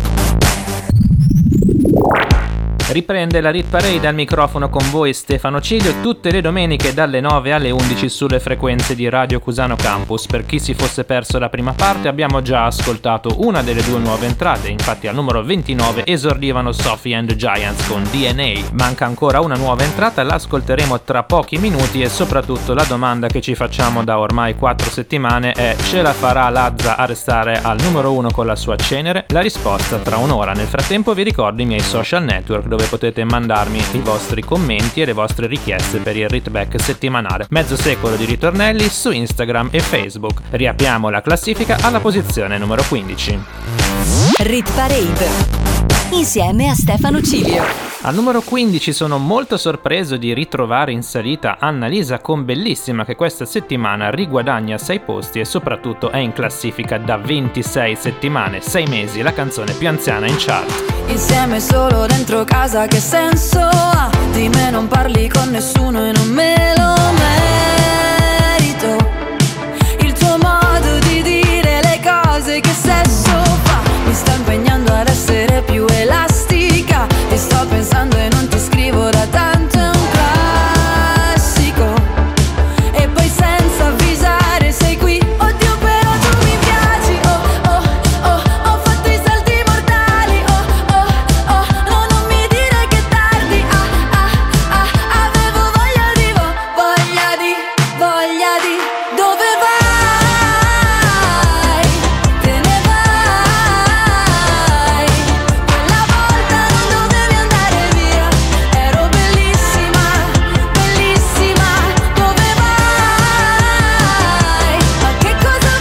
S3: Riprende la Rit Parade, al microfono con voi Stefano Cilio, tutte le domeniche dalle nove alle undici sulle frequenze di Radio Cusano Campus. Per chi si fosse perso la prima parte, abbiamo già ascoltato una delle due nuove entrate, infatti al numero ventinove esordivano Sophie and the Giants con D N A. Manca ancora una nuova entrata, la ascolteremo tra pochi minuti e soprattutto la domanda che ci facciamo da ormai quattro settimane è: ce la farà Lazza a restare al numero uno con la sua Cenere? La risposta tra un'ora. Nel frattempo vi ricordo i miei social network dove potete mandarmi i vostri commenti e le vostre richieste per il Ritback settimanale. Mezzo secolo di ritornelli su Instagram e Facebook. Riapriamo la classifica alla posizione numero quindici.
S1: Rit Parade insieme a Stefano Cilio.
S3: Al numero quindici sono molto sorpreso di ritrovare in salita Annalisa con Bellissima, che questa settimana riguadagna sei posti e soprattutto è in classifica da ventisei settimane, sei mesi, la canzone più anziana in chart.
S15: Insieme solo dentro casa, che senso ha? Di me non parli con nessuno e non me lo merito. Il tuo modo di dire le cose, che sesso fa? Mi sta impegnando ad essere più elastica. Ti sto pensando e non ti scrivo da tanto, è un classico. E poi senza avvisare sei qui. Oddio però tu mi piaci, oh oh oh. Ho fatto i salti mortali, oh oh oh. No, non mi dire che tardi, ah ah ah. Avevo voglia di, vo- voglia di, voglia di. Dove vai? Te ne vai. Quella volta non dovevi andare via. Ero bellissima, bellissima. Dove vai? Ma che cosa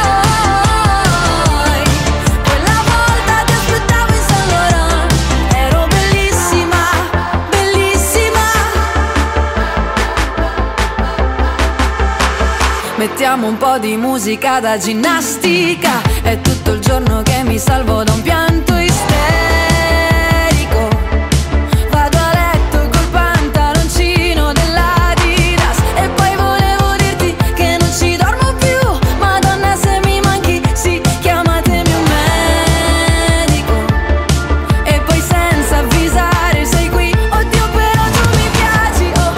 S15: vuoi? Quella volta ti aspettavo in Saint Laurent. Ero bellissima, bellissima. Mettiamo un po' di musica da ginnastica. È tutto il giorno che mi salvo da un pianto isterico. Vado a letto col pantaloncino dell'Adidas. E poi volevo dirti che non ci dormo più. Madonna se mi manchi, sì, chiamatemi un medico. E poi senza avvisare sei qui. Oddio però tu mi piaci, oh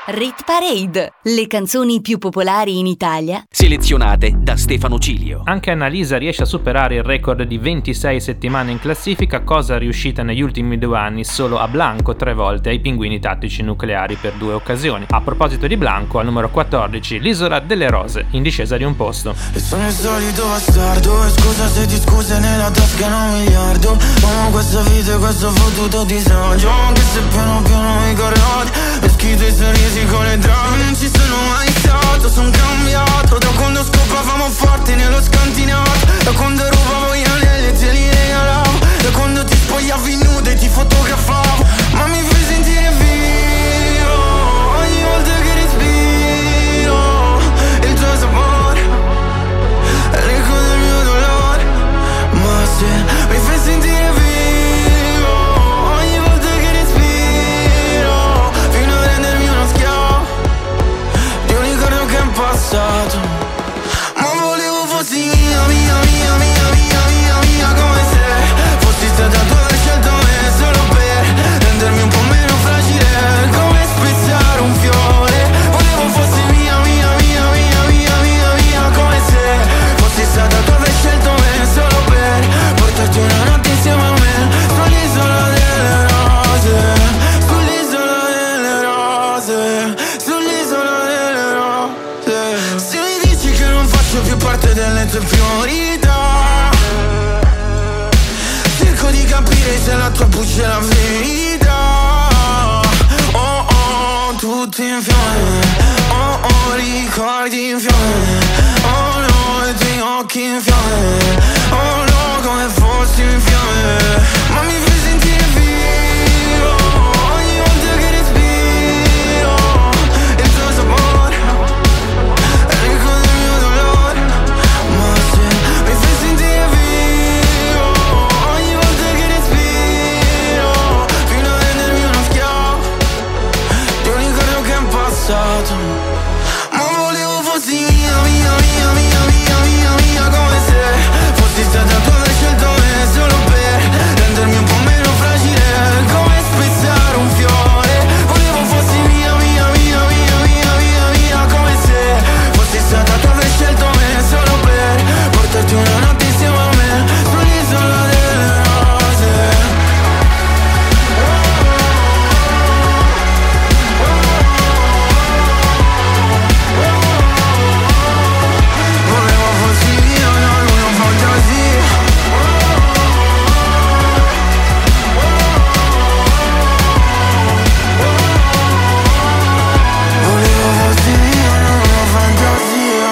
S1: Rit Parade, le canzoni più popolari in Italia,
S2: selezionate da Stefano Cilio.
S3: Anche Annalisa riesce a superare il record di ventisei settimane in classifica, cosa riuscita negli ultimi due anni solo a Blanco tre volte, ai Pinguini Tattici Nucleari per due occasioni. A proposito di Blanco, al numero quattordici, l'Isola delle Rose, in discesa di un posto.
S14: E sono il solito bastardo, e scusa se ti scuse nella tasca non un miliardo. Amo questa vita e questo fottuto disagio, anche se piano piano mi corrodi, e schito i sorrisi con le drame. Non ci sono mai stato, son cambiato da quando scopavamo forte nello scantinato, da quando rubavo gli anelli e te li regalavo, da quando ti spogliavi nude e ti fotografavo. Ma mi fai sentire vivo ogni volta che respiro il tuo sapore, l'eco del mio dolore. Ma se mi fai sentire vivo ogni volta che respiro, fino a rendermi uno schiavo di un ricordo che è passato. Ma volevo fossi mia, mia, mia, mia, mia, mia, mia, come se fossi stata tu aver scelto me solo per rendermi un po' meno fragile, come spezzare un fiore. Volevo fossi mia, mia, mia, mia, mia, mia, mia, come se fossi stata tu aver scelto me solo per portarti una notte insieme a me sull'isola delle rose, sull'isola delle rose, sull'isola delle rose. Se mi dici che non faccio più parte delle tue priorità, cerco di capire se la tua voce è la verità. Oh oh, tutti in fiamme, oh oh, ricordi in fiamme, oh no, i tuoi occhi in fiamme, oh no, come fossi in fiamme. Ma mi fai sentire vivo ogni volta che respiro il tuo sapore, l'eco del mio dolore. Ma se mi fai sentire vivo ogni volta che respiro, fino a rendermi uno schiavo di un ricordo che è passato. Ma volevo fossi mia, mia, mia, mia, mia, mia, mia, come se fossi stata tu aver scelto me solo per rendermi un po' meno fragile, come spezzare un fiore. Volevo fossi mia, mia, mia, mia, mia, mia, mia, come se fossi stata tu aver scelto me solo per portarti una notte insieme a me sull'isola delle rose. Volevo fossi io, non una fantasia. Volevo fossi io, non una fantasia.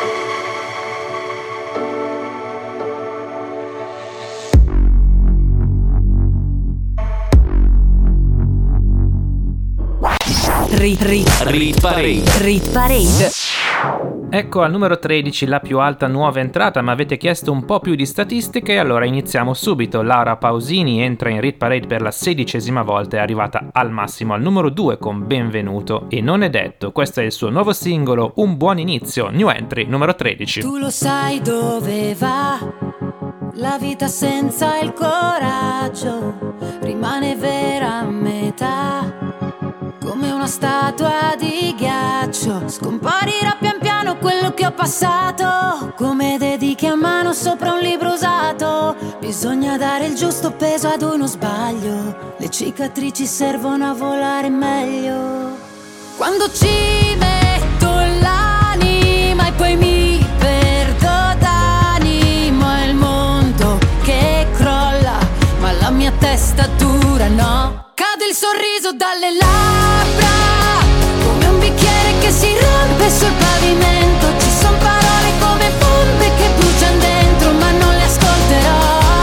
S1: Rit Rit
S2: Rit Parade.
S1: Rit Parade.
S3: Ecco al numero tredici la più alta nuova entrata, ma avete chiesto un po' più di statistiche, allora iniziamo subito. Laura Pausini entra in Rit Parade per la sedicesima volta, è arrivata al massimo al numero due con Benvenuto e Non è detto. Questo è il suo nuovo singolo, Un buon inizio, new entry, numero tredici.
S15: Tu lo sai dove va la vita senza il coraggio, rimane vera a metà, come una statua di ghiaccio. Scomparirà pian piano quello che ho passato, come dediche a mano sopra un libro usato. Bisogna dare il giusto peso ad uno sbaglio, le cicatrici servono a volare meglio. Quando ci metto l'anima e poi mi perdo d'animo, è il mondo che crolla, ma la mia testa dura no. Cade il sorriso dalle labbra, come un bicchiere che si rompe sul pavimento. Ci son parole come bombe che bruciano dentro, ma non le ascolterò.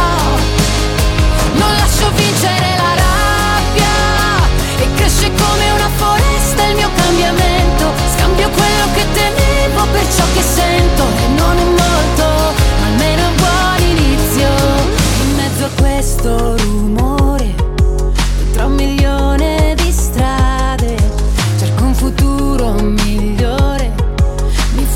S15: Non lascio vincere la rabbia, e cresce come una foresta il mio cambiamento. Scambio quello che temevo per ciò che sento, e non è molto, ma almeno è un buon inizio. In mezzo a questo rumore, tra un milione di strade, cerco un futuro migliore. Mi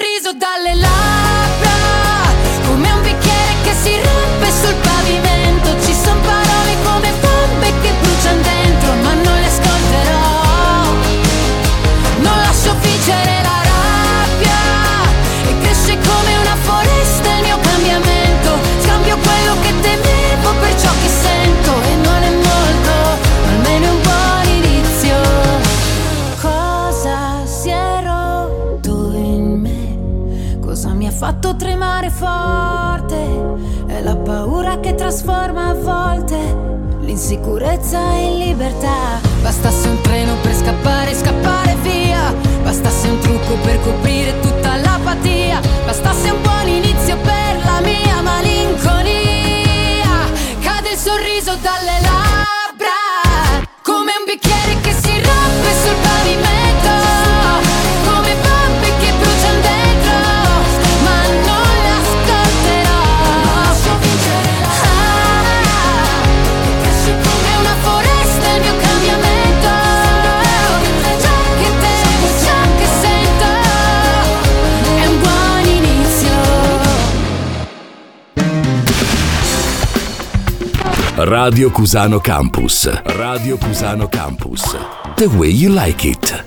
S5: sorriso dalle labbra, come un bicchiere che si rompe sul pavimento. Ci son parole come bombe che bruciano dentro, ma non le ascolterò. Non lascio vincere la rabbia, e cresce come una foresta il mio cambiamento. Scambio quello che temevo per ciò che sento, e non è molto, almeno è un buon inizio. Cosa si è rotto in me? Cosa mi ha fatto tremare forte? È la paura che trasforma a volte l'insicurezza in libertà. Bastasse un treno per scappare, scappare via. Bastasse un trucco per coprire tutta l'apatia. Bastasse un buon inizio per la mia malinconia. Cade il sorriso dalle labbra, come un bicchiere che si rompe sul pavimento, come bombe che bruciano dentro, ma non le ascolterò. Ah, cresce come una foresta il mio cambiamento. Ciò che temo, ciò che sento, è un buon inizio.
S6: Radio Cusano Campus. Radio Cusano Campus. The way you like it.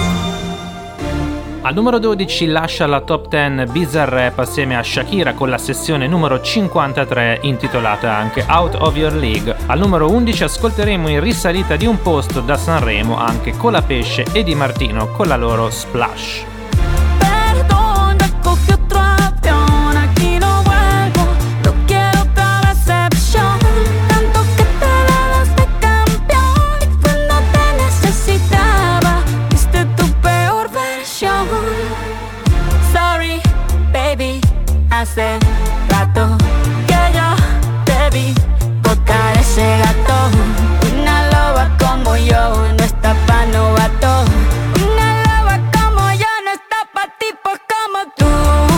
S3: Al numero dodici lascia la top dieci Bizarrap assieme a Shakira con la sessione numero cinquantatré intitolata anche Out of Your League. Al numero undici ascolteremo in risalita di un posto da Sanremo anche Colapesce e Di Martino con la loro Splash.
S16: Perdón, ya cogí otro avión, aquí no vuelvo, no quiero otra decepción. Tanto que te dabas de campeón, y cuando te necesitaba, viste tu peor versión. Sorry, baby, hace rato que yo te vi botar ese gato. Una loba como yo no está pa' novato. Una loba como yo no está pa' tipos como tú.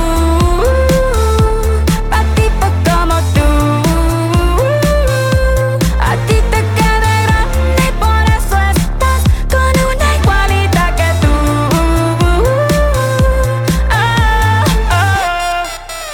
S16: Pa' tipos como tú. A ti te queda grande y por eso estás con una igualita que tú. Ah, ah.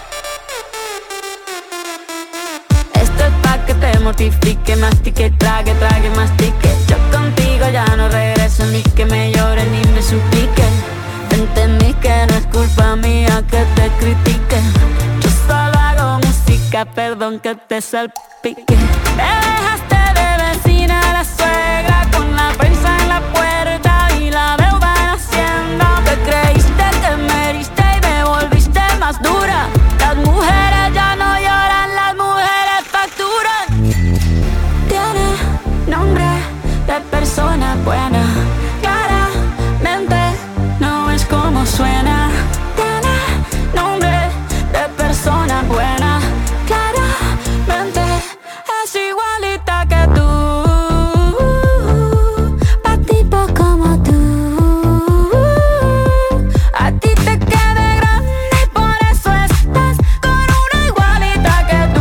S16: Esto es pa' que te mortifique, mastique, trague, trague, mastique. Yo contigo ya no regreso, ni que me llore ni me suplique. Entendí que no es culpa mía que te critique. Yo solo hago música, perdón que te salpique. Me dejaste de vecina a la suegra, con la prensa en la puerta y la deuda en Hacienda. Te creíste que me heriste y me volviste más dura. Las mujeres ya no lloran, las mujeres facturan. Tiene nombre de persona buena, claramente no es como suena. Tiene nombre de persona buena, claramente es igualita que tú. Pa' tipo como tú. A ti te queda grande y por eso estás con una igualita que tú.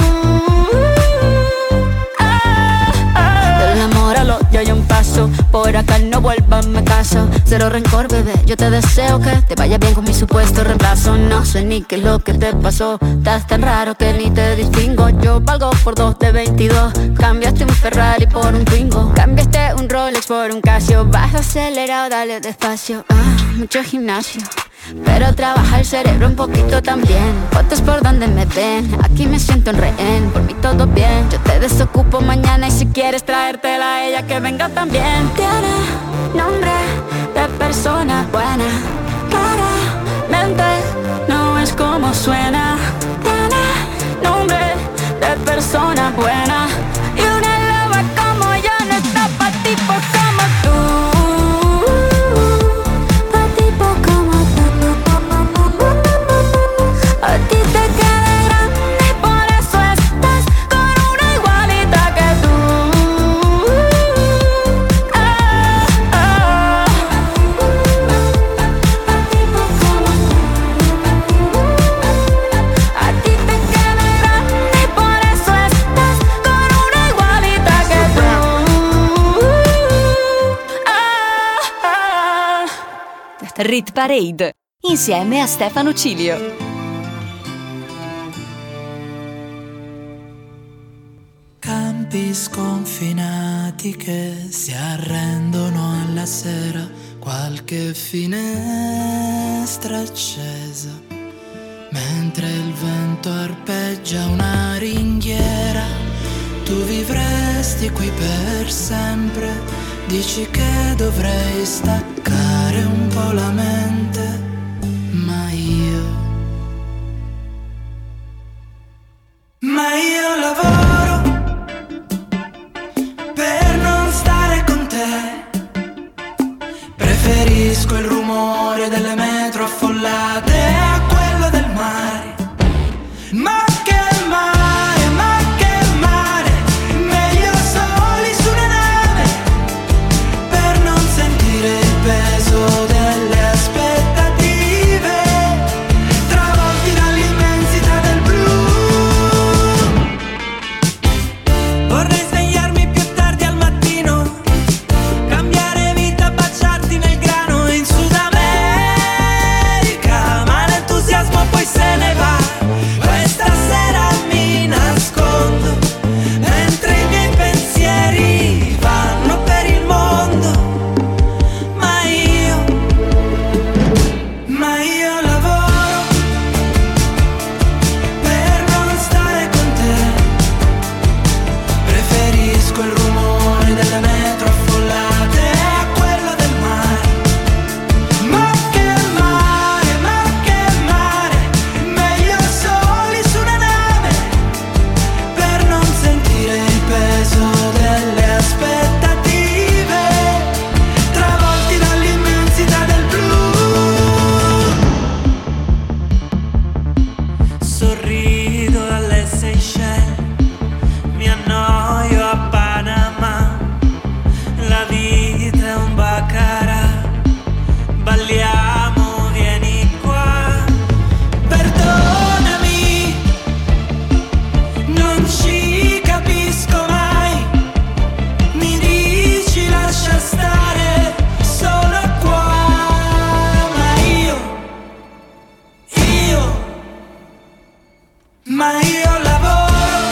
S16: Ah, ah. Del amor al odio hay un paso, por acá no vuelvas, me caso. Cero rencor, bebé, yo te deseo que te vaya bien con mi supuesto reemplazo. No sé ni qué es lo que te pasó, estás tan raro que ni te distingo. Yo valgo por dos de veintidós, cambiaste un Ferrari por un Twingo. Cambiaste un Rolex por un Casio, vas acelerado, dale despacio. Ah, mucho gimnasio, pero trabaja el cerebro un poquito también. Fotos por donde me ven, aquí me siento en rehén. Por mí todo bien, yo te desocupo mañana. Y si quieres traértela a ella, que venga también. Tiene nombre de persona buena, claramente no es como suena. Tiene nombre de persona buena, y una loba como yo no está pa' tipos como tú. Pa' tipos como tú. A ti te queda grande y por eso estás con una igualita que tú. Ah, ah. Pa' tipos como tú. A ti te queda grande y por eso estás con una igualita que tú. Ah, ah.
S1: Rit Parade insieme a Stefano Cilio.
S18: Campi sconfinati che si arrendono alla sera, qualche finestra accesa, mentre il vento arpeggia una ringhiera. Tu vivresti qui per sempre, dici che dovrei staccare un po' la mente, ma io, ma io lavoro per non stare con te. Preferisco il rumore delle metro affollate a quello del mare. Ma che mare, ma che mare, meglio soli su una nave, per non sentire il peso delle aspettative, travolti dall'immensità del blu. Vorrei svegliarmi più tardi al mattino, cambiare vita, baciarti nel grano in Sud America, ma l'entusiasmo poi se ne va. Questa sera mi nascondo, mentre i miei pensieri vanno per il mondo. Ma io, ma io lavoro per non stare con te. Preferisco il rumore delle metro affollate a quello del mare. Ma che mare, ma che mare, meglio soli su una nave, per non sentire il peso delle aspettative, travolti dall'immensità del blu. Sorrido alle Seychelles, mi annoio a Panama, la vita è un baccarat, balliamo, vieni qua. Perdonami, non ci capisco mai, mi dici lascia stare solo qua. Ma io, io, ma io lavoro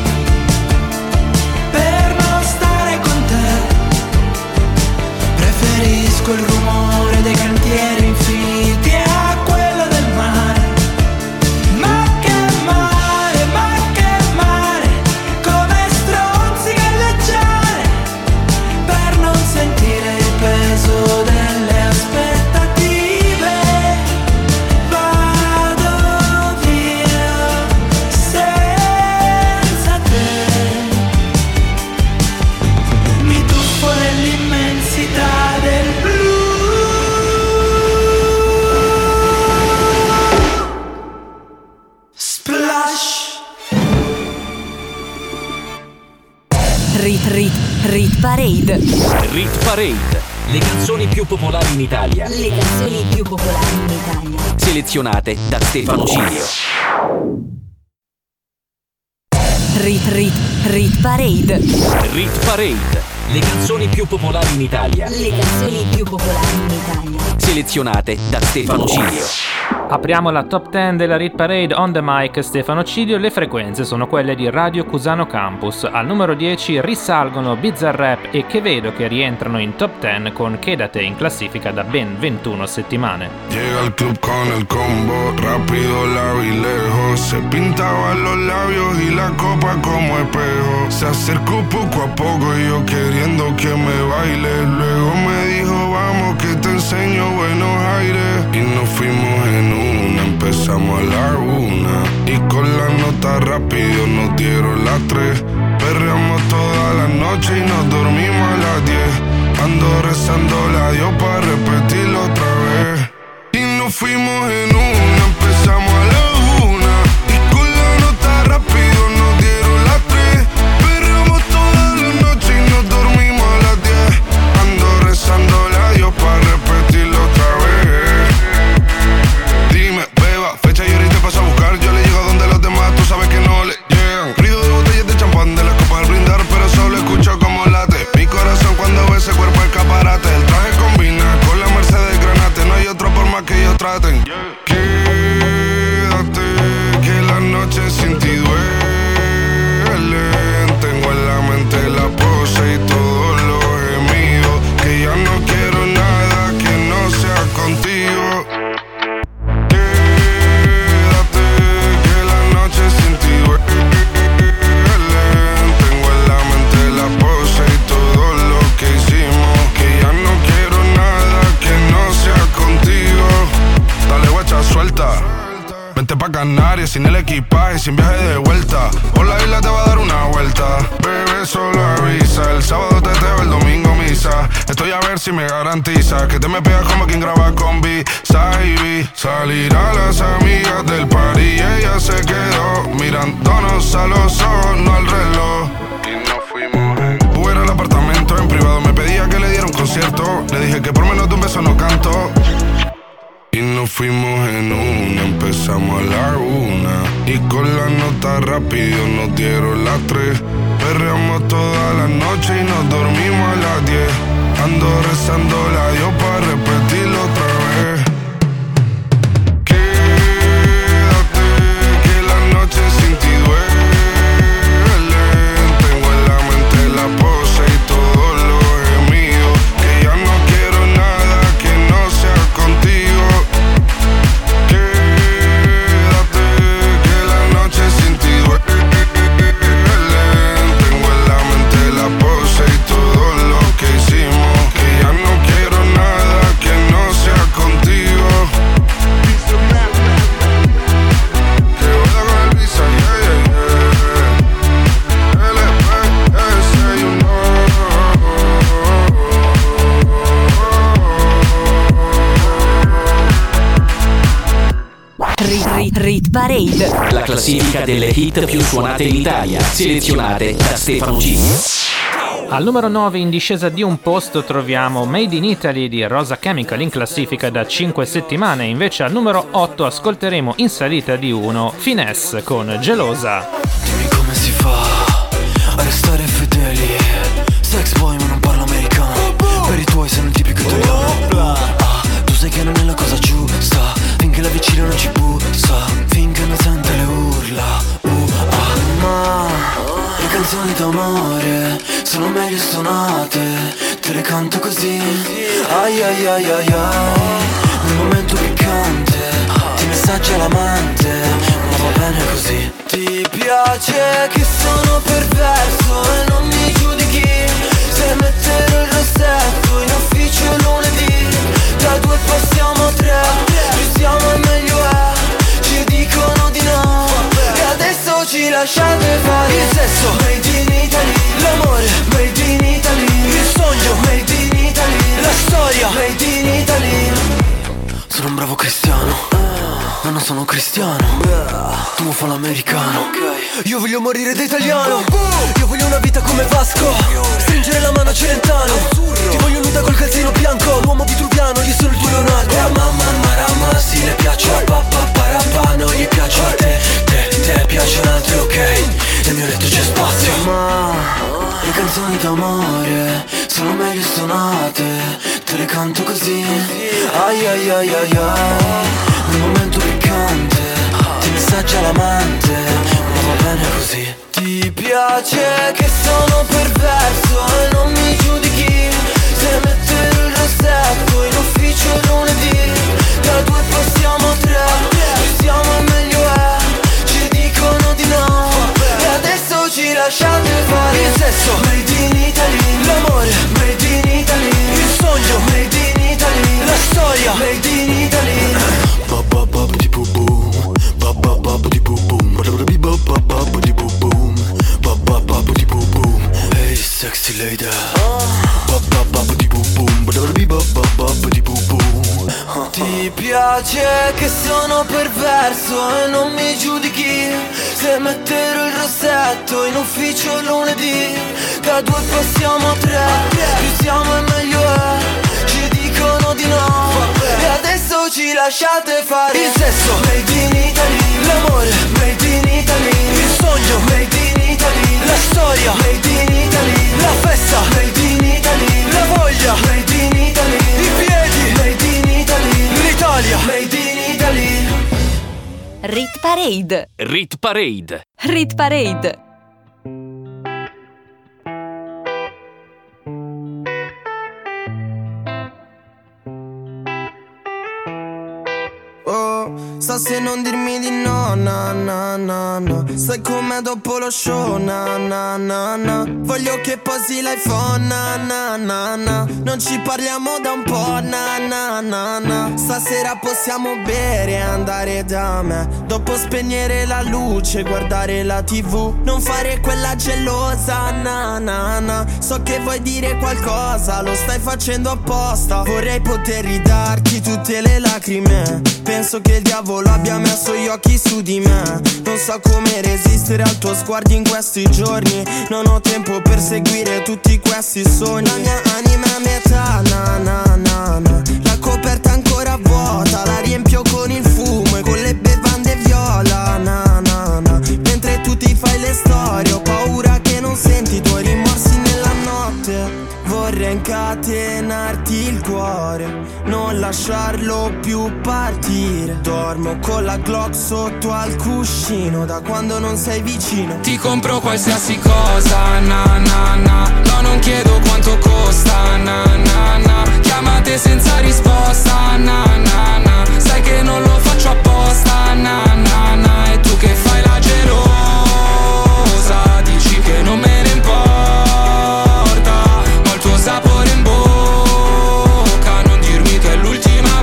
S18: per non stare con te. Preferisco il rumore dei cantieri infiniti a quello del mare. Ma che mare, ma che mare, come stronzi galleggiare, per non sentire il peso delle aspettative. Vado via senza te, mi tuffo nell'immensità del blu. Splash.
S1: Rit Rit Rit Parade.
S2: Rit Parade, le canzoni più popolari in Italia,
S1: Le canzoni più popolari in Italia.
S2: selezionate da Stefano Cilio.
S1: Rit Rit Rit Parade.
S2: Rit Parade, le canzoni più popolari in Italia,
S1: Le canzoni più popolari in Italia.
S2: selezionate da Stefano Cilio.
S3: Apriamo la top dieci della Rit Parade on the mic Stefano Cilio. Le frequenze sono quelle di Radio Cusano Campus. Al numero dieci risalgono Bizarrap e Che Vedo, che rientrano in top dieci con Quédate in classifica da ben ventuno settimane.
S19: Llega al club con el combo, rápido la vi lejos. Se pintaban los labios y la copa como espejo. Se acercó poco a poco y yo queriendo que me baile. Luego me dijo vamos que te enseño buenos aires. Y nos fuimos en una, empezamos a la una. Y con la nota rápido nos dieron las tres. Perreamos toda la noche y nos dormimos a las diez. Ando rezando la Dios para repetirlo otra vez. Y nos fuimos en una, empezamos a la una. Y con la nota rápido nos dieron las tres. Perreamos toda la noche y nos dormimos a las diez. Ando rezando la Dios para repetirlo otra vez. Dime, beba, fecha y ahorita paso a buscar. Yo le llego donde los demás, tú sabes que no le llegan. Ruido de botellas de champán, de la copa al brindar, pero solo escucho como late mi corazón cuando ve ese cuerpo escaparate. El traje combina y sin el equipaje, sin viaje de vuelta. Por la isla te va a dar una vuelta. Bebé, solo avisa. El sábado teteo, el domingo misa. Estoy a ver si me garantiza que te me pegas como quien graba con B. Saibi. Salir a las amigas del party y ella se quedó mirándonos a los ojos, no al reloj. Y nos fuimos en Uber al apartamento en privado. Me pedía que le diera un concierto. Le dije que por menos de un beso no canto. Y nos fuimos en una, empezamos a la una. Y con la nota rápido nos dieron las tres. Perreamos toda la noche y nos dormimos a las diez. Ando rezando la Dios para repetirlo otra vez. Quédate, que la noche sin ti duele. Tengo en la mente la pose y todos los gemidos. Que ya no quiero nada que no sea contigo. Quédate, que la noche sin ti duele. Tengo en la mente la pose y todo lo que hicimos. Que ya no quiero nada que no sea contigo. Que voy con el visa, yeah, yeah, yeah. L P S, you know.
S1: Rit, rit, rit Parade.
S2: La classifica delle hit più suonate in Italia, selezionate da Stefano G.
S3: Al numero nove, in discesa di un posto, troviamo Made in Italy di Rosa Chemical, in classifica da cinque settimane. Invece al numero otto ascolteremo in salita di uno Finesse con Gelosa.
S18: Dimmi come si fa a restare fedeli. Sex boy ma non parlo americano. Per i tuoi sono il tipico italiano. Ah, tu sai che non è la cosa giusta. Finché la vicina non ci bussa. Finché non sente le urla. Uh, ah, ma le canzoni d'amore sono meglio suonate. Te le canto così. Ai ai ai ai ai. Nel momento piccante ti messaggia l'amante. Ma va bene così. Ti piace che sono perverso e non mi giudichi. Se mettere il rossetto in ufficio lunedì. Da due passiamo a tre. Più siamo e meglio è. Ci dicono di no. E adesso ci lasciate fare. Il sesso made in Italy. L'amore made in Italy. Il sogno made in Italy. La storia made in Italy. Sono un bravo cristiano, ma non sono cristiano. Tu fa l'americano. Io voglio morire da italiano. Io voglio una vita come Vasco. Stringere la mano a Celentano. Ti voglio nuda col calzino bianco. L'uomo vitruviano, io sono il tuo Leonardo. La mamma marama, sì le piaccio a papà parapà. Non gli piaccio a te, te, te piacciono altri, ok. Nel mio letto c'è spazio. Ma le canzoni d'amore sono meglio suonate. Te le canto così. Ai ai ai ai ai. Nel momento piccante ti messaggia l'amante. Ma va bene così. Ti piace che sono perverso e non mi giudichi. Se mettere il rossetto in ufficio lunedì. Da due passiamo a tre. Più siamo e meglio è. Ci dicono di no. E adesso ci lasciate fare. Il sesso made in Italy. L'amore made in Italy. Il sogno made in Italy. La storia made in Italy. Ba ba ba di boom boom. Ba ba ba di boom boom. Ba ba ba di boom boom. Ba ba ba di boom boom. Hey sexy lady. Ba ba ba di boom boom. Ba ba ba di boom boom. Ti piace che sono perverso e non mi giudichi. Se metterò il rossetto in ufficio lunedì. Da due passiamo a tre. Più siamo e meglio è. Ci dicono di no. E adesso ci lasciate fare. Il sesso made in Italy. L'amore made in Italy. Il sogno made in Italy. La storia made in Italy. La festa made in Italy. La voglia made in Italy. I piedi made in Italy. L'Italia made in Italy.
S1: Rit Parade.
S2: Rit Parade.
S1: Rit Parade.
S17: Oh. oh. Sa se non dirmi di no, na na na na. Sai com'è dopo lo show, na na na na. Voglio che posi l'iPhone, na na na na. Non ci parliamo da un po', na na na na. Stasera possiamo bere e andare da me. Dopo spegnere la luce, guardare la tivù. Non fare quella gelosa, na na na. So che vuoi dire qualcosa, lo stai facendo apposta. Vorrei poter ridarti tutte le lacrime. Penso che il diavolo abbia messo gli occhi su di me. Non so come resistere al tuo sguardo in questi giorni. Non ho tempo per seguire tutti questi sogni. La mia anima è a metà, na na na na. La coperta ancora vuota, la riempio con il fumo e con le bevande viola, na na na. Mentre tu ti fai le storie, ho paura che non senti i tuoi rimorsi nella notte. Vorrei incatenarti il cuore, non lasciarlo più partire. Dormo con la Glock sotto al cuscino da quando non sei vicino.
S20: Ti compro qualsiasi cosa, na na na. No, non chiedo quanto costa, na na na. Chiamate senza risposta, na na na. Sai che non lo faccio apposta, na na na. E tu che fai la gelosa, dici che non me ne importa, ma il tuo sapore in bocca, non dirmi che è l'ultima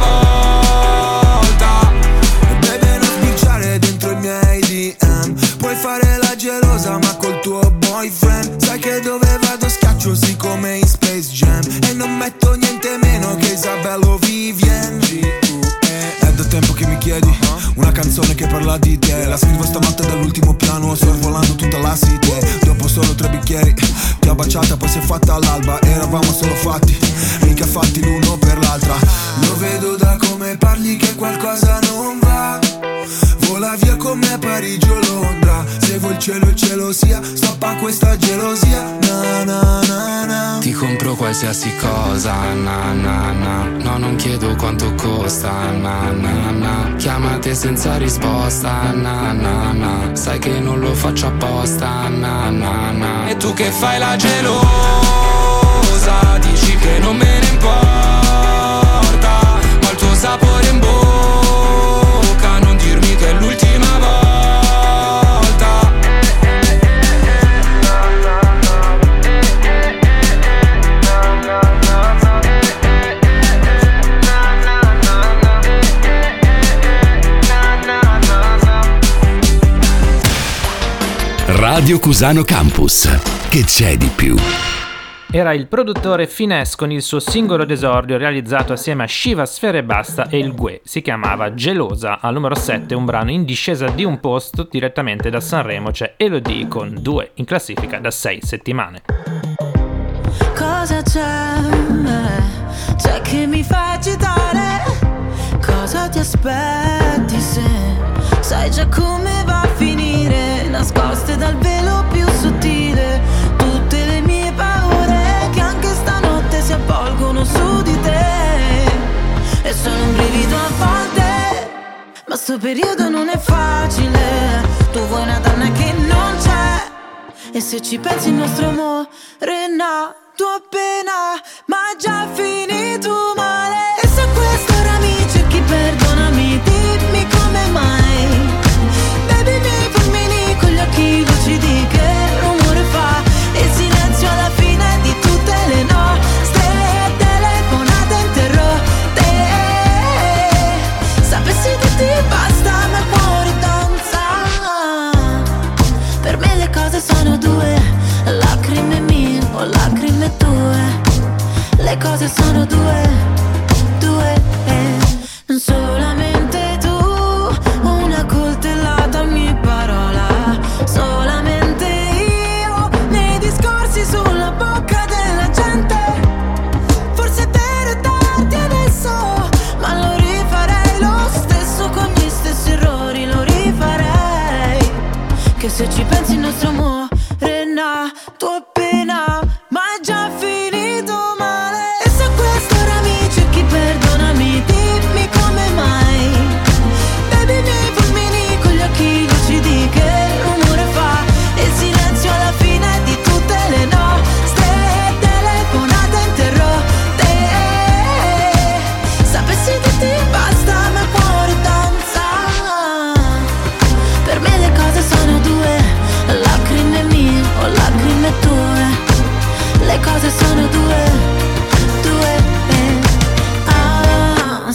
S20: volta.
S14: Baby, non sbirciare dentro i miei D M. Puoi fare la gelosa ma col tuo boyfriend. Sai che dove vado schiaccio sì come in Space Jam. E non metto niente meno che Isabella Vivien. È da tempo che mi chiedi una canzone che parla di te. La scrivo stanotte dall'ultimo piano, sorvolando tutta la city. Dopo solo tre bicchieri ti ho baciata, poi si è fatta all'alba. Eravamo solo fatti, mica fatti l'uno per l'altra. Lo vedo da come parli che qualcosa non va. Vola via con me a Parigi o Londra. Se vuoi il cielo il cielo sia, stoppa questa gelosia, na na na na.
S20: Ti compro qualsiasi cosa, na na na. No, non chiedo quanto costa, na na na. Chiamate senza risposta, na na na. Sai che non lo faccio apposta, na na na. E tu che fai la gelosa, dici che non me ne importa, ma il tuo sapore in bocca, non dirmi che è l'ultima volta.
S6: Radio Cusano Campus. Che c'è di più?
S3: Era il produttore Finesse con il suo singolo d'esordio realizzato assieme a Shiva Sfera Ebbasta e il Gue. Si chiamava Gelosa. Al numero sette, un brano in discesa di un posto direttamente da Sanremo, c'è Elodie con Due, in classifica da sei settimane.
S15: Cosa c'è? C'è che mi fa agitare? Cosa ti aspetti se sai già come va a finire? Nascoste dal velo più sottile tutte le mie paure che anche stanotte si avvolgono su di te. E sono un brivido a volte, ma sto periodo non è facile. Tu vuoi una donna che non c'è, e se ci pensi il nostro amore è nato appena, ma già finito male. E se a quest'ora mi cerchi, perdonami, dimmi come mai. Baby, i miei fulmini con gli occhi lucidi, che rumore fa il silenzio alla fine di tutte le nostre telefonate interrotte. Sapessi che ti basta, ma il cuore danza. Per me le cose sono due, lacrime mie o lacrime tue. Le cose sono due,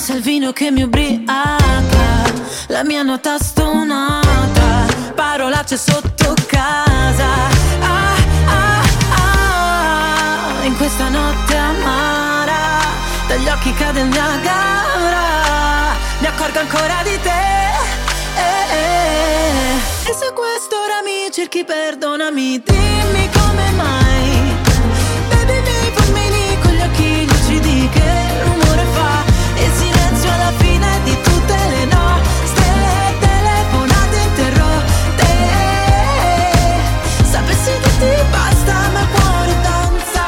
S15: danza, il vino che mi ubriaca, la mia nota stonata, parolacce sotto casa. Ah, ah, ah, in questa notte amara, dagli occhi cade il Niagara, mi accorgo ancora di te. Eh, eh. E se quest'ora mi cerchi, perdonami, dimmi come mai. Baby, mi fulmini con gli occhi lucidi, che rumore fa il silenzio alla fine di tutte le nostre telefonate interrotte. Sapessi che ti basta, ma il cuore danza.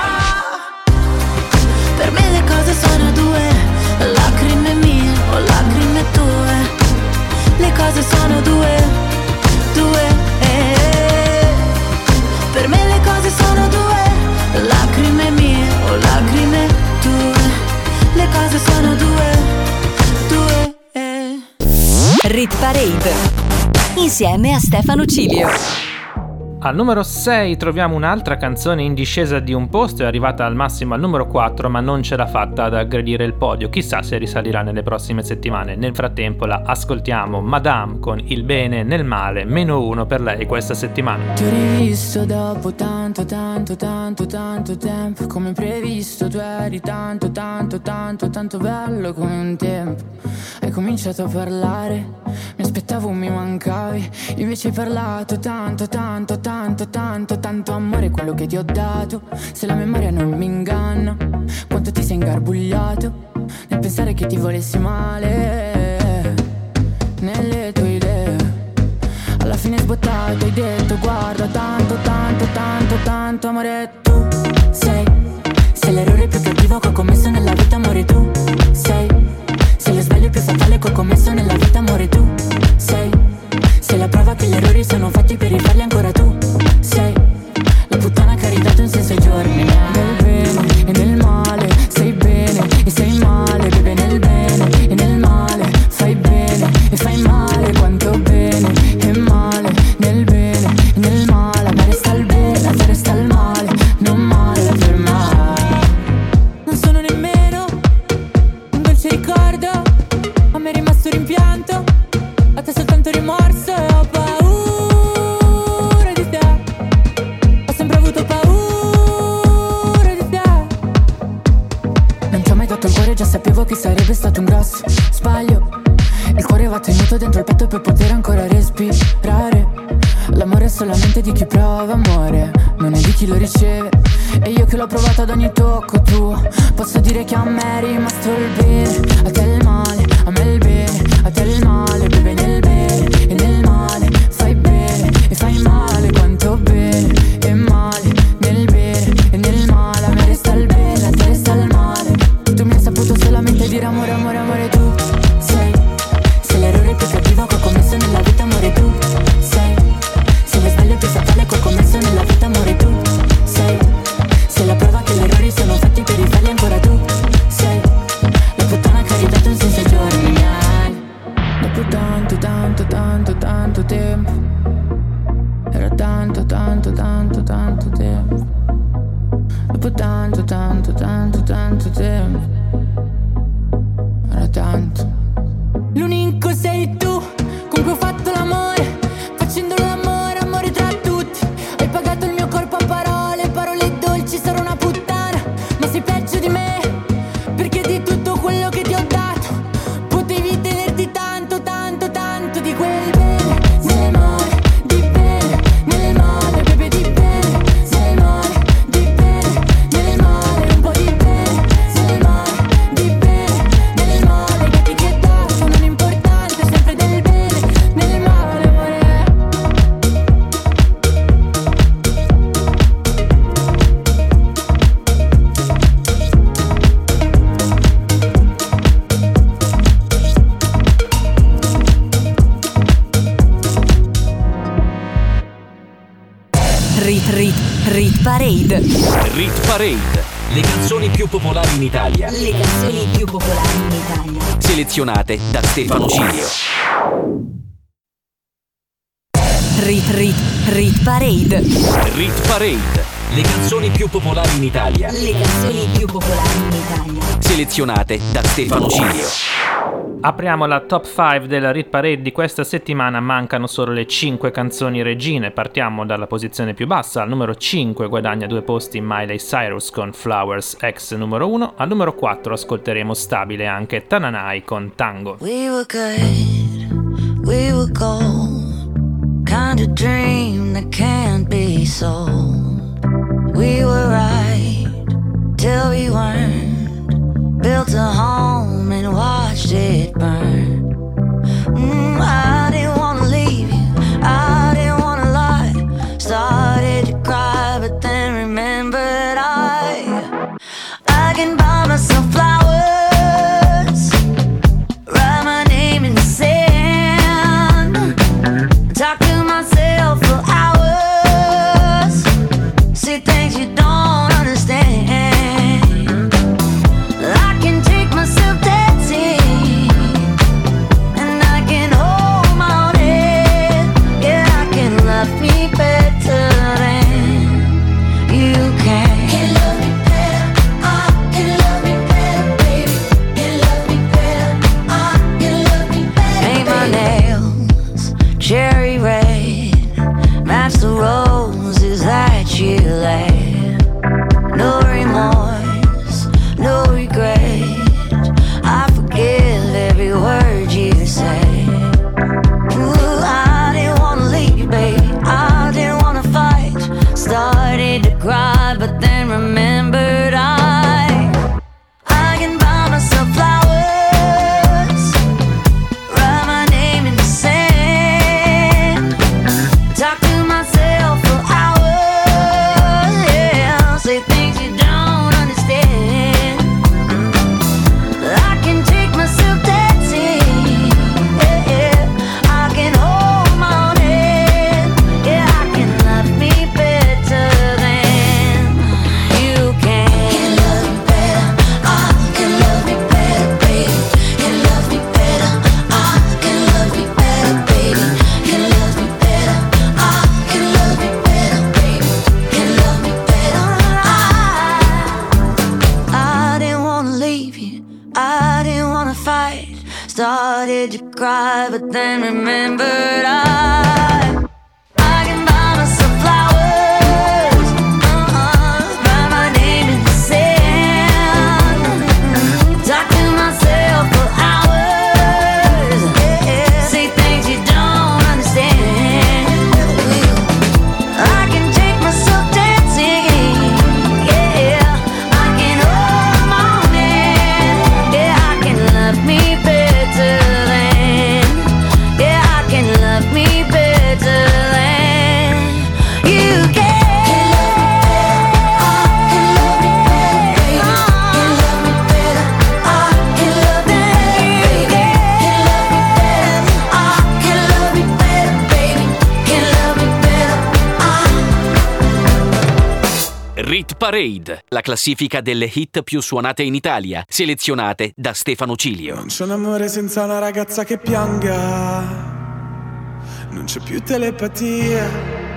S15: Per me le cose sono due, lacrime mie o lacrime tue. Le cose sono due, due, eh. Per me le cose sono due, lacrime mie o lacrime tue. Le cose sono due, due, eh.
S1: Rit Parade insieme a Stefano Cilio.
S3: Al numero sei troviamo un'altra canzone in discesa di un posto, è arrivata al massimo al numero quattro, ma non ce l'ha fatta ad aggredire il podio, chissà se risalirà nelle prossime settimane. Nel frattempo la ascoltiamo, Madame con Il bene nel male, meno uno per lei questa settimana.
S15: Ti ho rivisto dopo tanto, tanto, tanto, tanto tempo, come previsto tu eri tanto, tanto, tanto, tanto bello come un tempo. Hai cominciato a parlare, mi aspettavo mi mancavi, invece hai parlato tanto, tanto, tanto Tanto, tanto, tanto amore quello che ti ho dato. Se la memoria non mi inganna, quanto ti sei ingarbugliato nel pensare che ti volessi male. Nelle tue idee alla fine sbottato hai detto guarda tanto, tanto, tanto, tanto amore. Tu sei, sei l'errore più cattivo che ho commesso nella vita amore. Tu sei, sei lo sbaglio più fatale che ho commesso nella vita amore. Tu sei, sei la prova che gli errori sono fatti per rifarli ancora. Tu sei la puttana che ha ridato un senso ai giorni. Nel bene e nel male sei bene e sei male. Bebe nel bene e nel male fai bene e fai male. Quanto bene e male nel bene e nel male. Ma resta il bene, a te resta il male, non male per mai. Non sono nemmeno un dolce ricordo, a me è rimasto rimpianto, a te soltanto rimorso. E ho paura di te, ho sempre avuto paura di te. Non ti ho mai dato il cuore, già sapevo che sarebbe stato un grosso sbaglio. Il cuore va tenuto dentro il petto per poter ancora respirare. L'amore è solamente di chi prova amore, non è di chi lo riceve. E io che l'ho provato ad ogni tocco tuo, posso dire che a me è rimasto il bene, a te il male, a me il bene, a te il male. Bebe nel bene e nel male fai bene e fai male. Quanto bene e male nel bene e nel male. A me resta il bene, a te resta il male. Tu mi hai saputo solamente dire amore, amore, amore. Tu sei, sei l'errore più cattivo che ho commesso nella vita amore. Tu sei, sei lo sbaglio più fatale che ho commesso nella vita amore. Tu sei, sei la prova che gli errori sono fatti per rifarli ancora. Tu sei la puttana che ha ridato un senso ai giorni miei. Dopo tanto, tanto, tanto, tanto tempo, era tanto, tanto, tanto, tanto tempo. Dopo tanto, tanto, tanto, tanto tempo, era tanto. L'unico sei tu con cui ho fatto l'amore, facendo l'amore, amore tra tutti. Hai pagato il mio corpo a parole, parole dolci. Sarò una puttana, ma sei peggio di me, perché di tutto quello che ti ho dato potevi tenerti tanto, tanto, tanto di quel bene nel male, di bene nel male. Bebe di bene nel male, di bene nel male. Un po' di bene nel male, di bene nel male. Che ti che dato non importante, sempre del bene nel male, amore.
S1: Rit Rit Rit Parade.
S2: Rit Parade, le canzoni più popolari in Italia.
S1: Le canzoni più popolari in Italia.
S2: Selezionate da Stefano Cilio.
S1: Rit Rit Rit Parade.
S2: Rit Parade, Le canzoni più popolari in Italia.
S1: Le canzoni più popolari in Italia.
S2: Selezionate da Stefano Cilio.
S3: Apriamo la top cinque della Rit Parade di questa settimana, mancano solo le cinque canzoni regine. Partiamo dalla posizione più bassa, al numero cinque guadagna due posti Miley Cyrus con Flowers, ex numero uno, al numero quattro ascolteremo stabile anche Tananai con Tango.
S4: We were good, we were gold, kind of dream that can't be sold. We were right till we weren't, built a home and watched it burn. Mm, I didn't wanna leave you, I didn't wanna lie. Started to cry but then remembered I I can buy myself flowers, write my name in the sand, talk to myself for hours, see things you don't understand. I can take myself dancing, and I can hold my own head. Yeah, I can love me better than you can. Can love me better, I can love me better, baby. Can love me better, I can love me better. Paint my nails cherry red, match the roses that you laid. No remorse, no regret, I forgive every word you say. Ooh, I didn't wanna leave, baby, I didn't wanna fight. Started to cry, but then remembered I I can buy myself flowers, write my name in the sand, talk to myself for hours, yeah, say things you don't understand. I can take myself dancing, yeah, yeah. I can hold my own head, yeah, I can love me better than you can. Can love me better, I can love me better, baby. Can love me better, I can love me better, baby. Can love me better, I can love me better, baby. Can love me better, I I didn't wanna leave you, I didn't wanna fight. Started to cry, but then remembered I I can buy myself flowers, uh-uh, write my name in the sand, talk to myself for hours, yeah, say things you don't understand. I can take myself dancing, yeah, I can hold my own hand, yeah, I can love me better than, yeah, I can love me better than you can. Can love me better, I can love me better, baby. Can love me better, baby. Can love me better, I can love me better, baby. Can love me better, I
S2: Rit Parade, la classifica delle hit più suonate in Italia, selezionate da Stefano Cilio.
S13: Non c'è un amore senza una ragazza che pianga, non c'è più telepatia.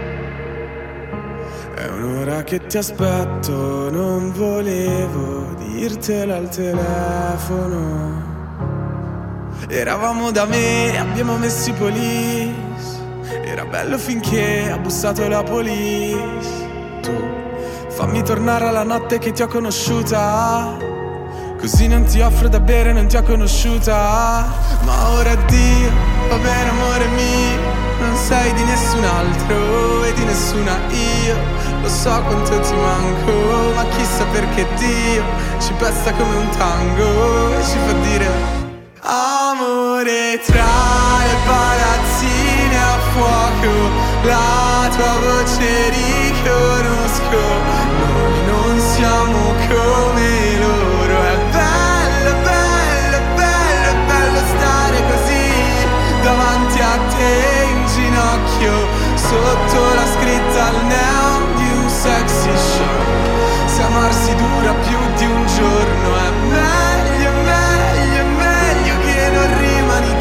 S13: È un'ora che ti aspetto, non volevo dirtelo al telefono. Eravamo da me, abbiamo messo i police. Era bello finché ha bussato la police. Tu fammi tornare alla notte che ti ho conosciuta, così non ti offro da bere, non ti ho conosciuta. Ma ora addio, va bene amore mio, non sei di nessun altro e di nessuna io. Lo so quanto ti manco, ma chissà perché Dio ci pesta come un tango e ci fa dire amore tra le palazzine a fuoco. La tua voce riconosco, noi non siamo come loro. È bello, bello, bello, bello stare così davanti a te in ginocchio, sotto la scritta al neon di un sexy show. Se amarsi dura più di un giorno è meglio, meglio, meglio che non rimani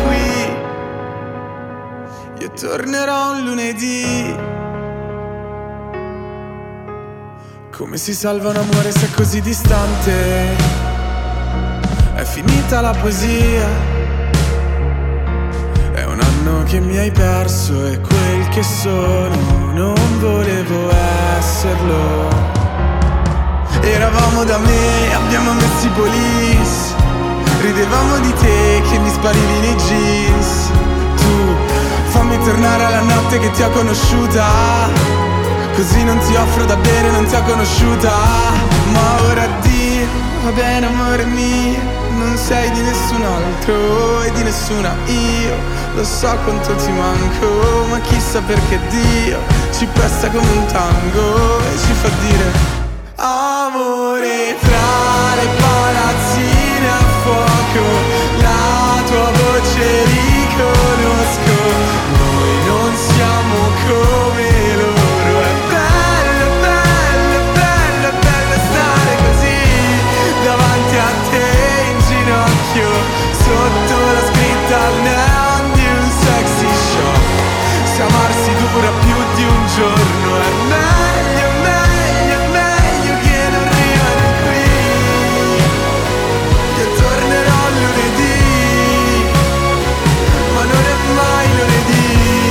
S13: qui. Io tornerò un lunedì,
S14: Come si salva un amore se è così distante? È finita la poesia. È un anno che mi hai perso e quel che sono non volevo esserlo. Eravamo da me, abbiamo messo i police. Ridevamo di te che mi sparivi nei jeans. Tu, fammi tornare alla notte che ti ho conosciuta. Così non ti offro da bere, non ti ho conosciuta. Ma ora addio, va bene amore mio. Non sei di nessun altro e di nessuna io. Lo so quanto ti manco, ma chissà perché Dio ci presta come un tango e ci fa dire amore. Tra le palazzine a fuoco la tua voce riconosco. Noi non siamo come loro. È bello, bello, bello, bello stare così davanti a te in ginocchio, sotto la scritta al neon di un sexy shop. Se amarsi dura più di un giorno è meglio, meglio, meglio che non rimani qui. Io tornerò lunedì, ma non è mai lunedì.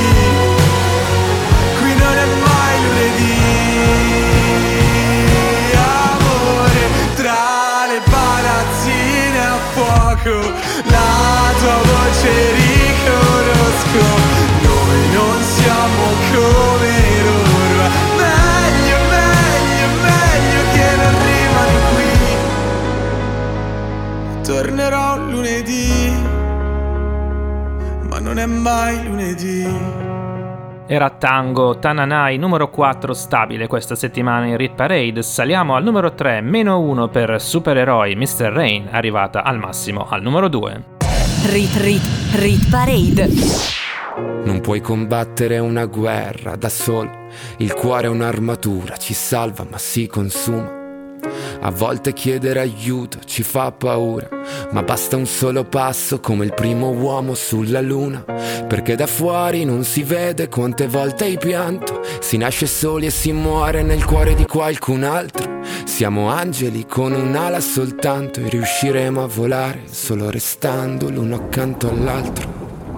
S14: Qui non è mai lunedì. Amore, tra le palazzine a fuoco la tua voce riconosco. Noi non siamo come loro. È meglio, meglio, meglio che non rimani qui. Tornerò lunedì, ma non è mai lunedì.
S3: Era Tango Tananai, numero quattro stabile questa settimana in Rit Parade. Saliamo al numero tre, meno uno per Supereroi, mister Rain, arrivata al massimo al numero due.
S1: Rit Rit Rit Parade.
S20: Non puoi combattere una guerra da solo, il cuore è un'armatura, ci salva ma si consuma. A volte chiedere aiuto ci fa paura, ma basta un solo passo come il primo uomo sulla luna. Perché da fuori non si vede quante volte hai pianto, si nasce soli e si muore nel cuore di qualcun altro. Siamo angeli con un'ala soltanto e riusciremo a volare solo restando l'uno accanto all'altro.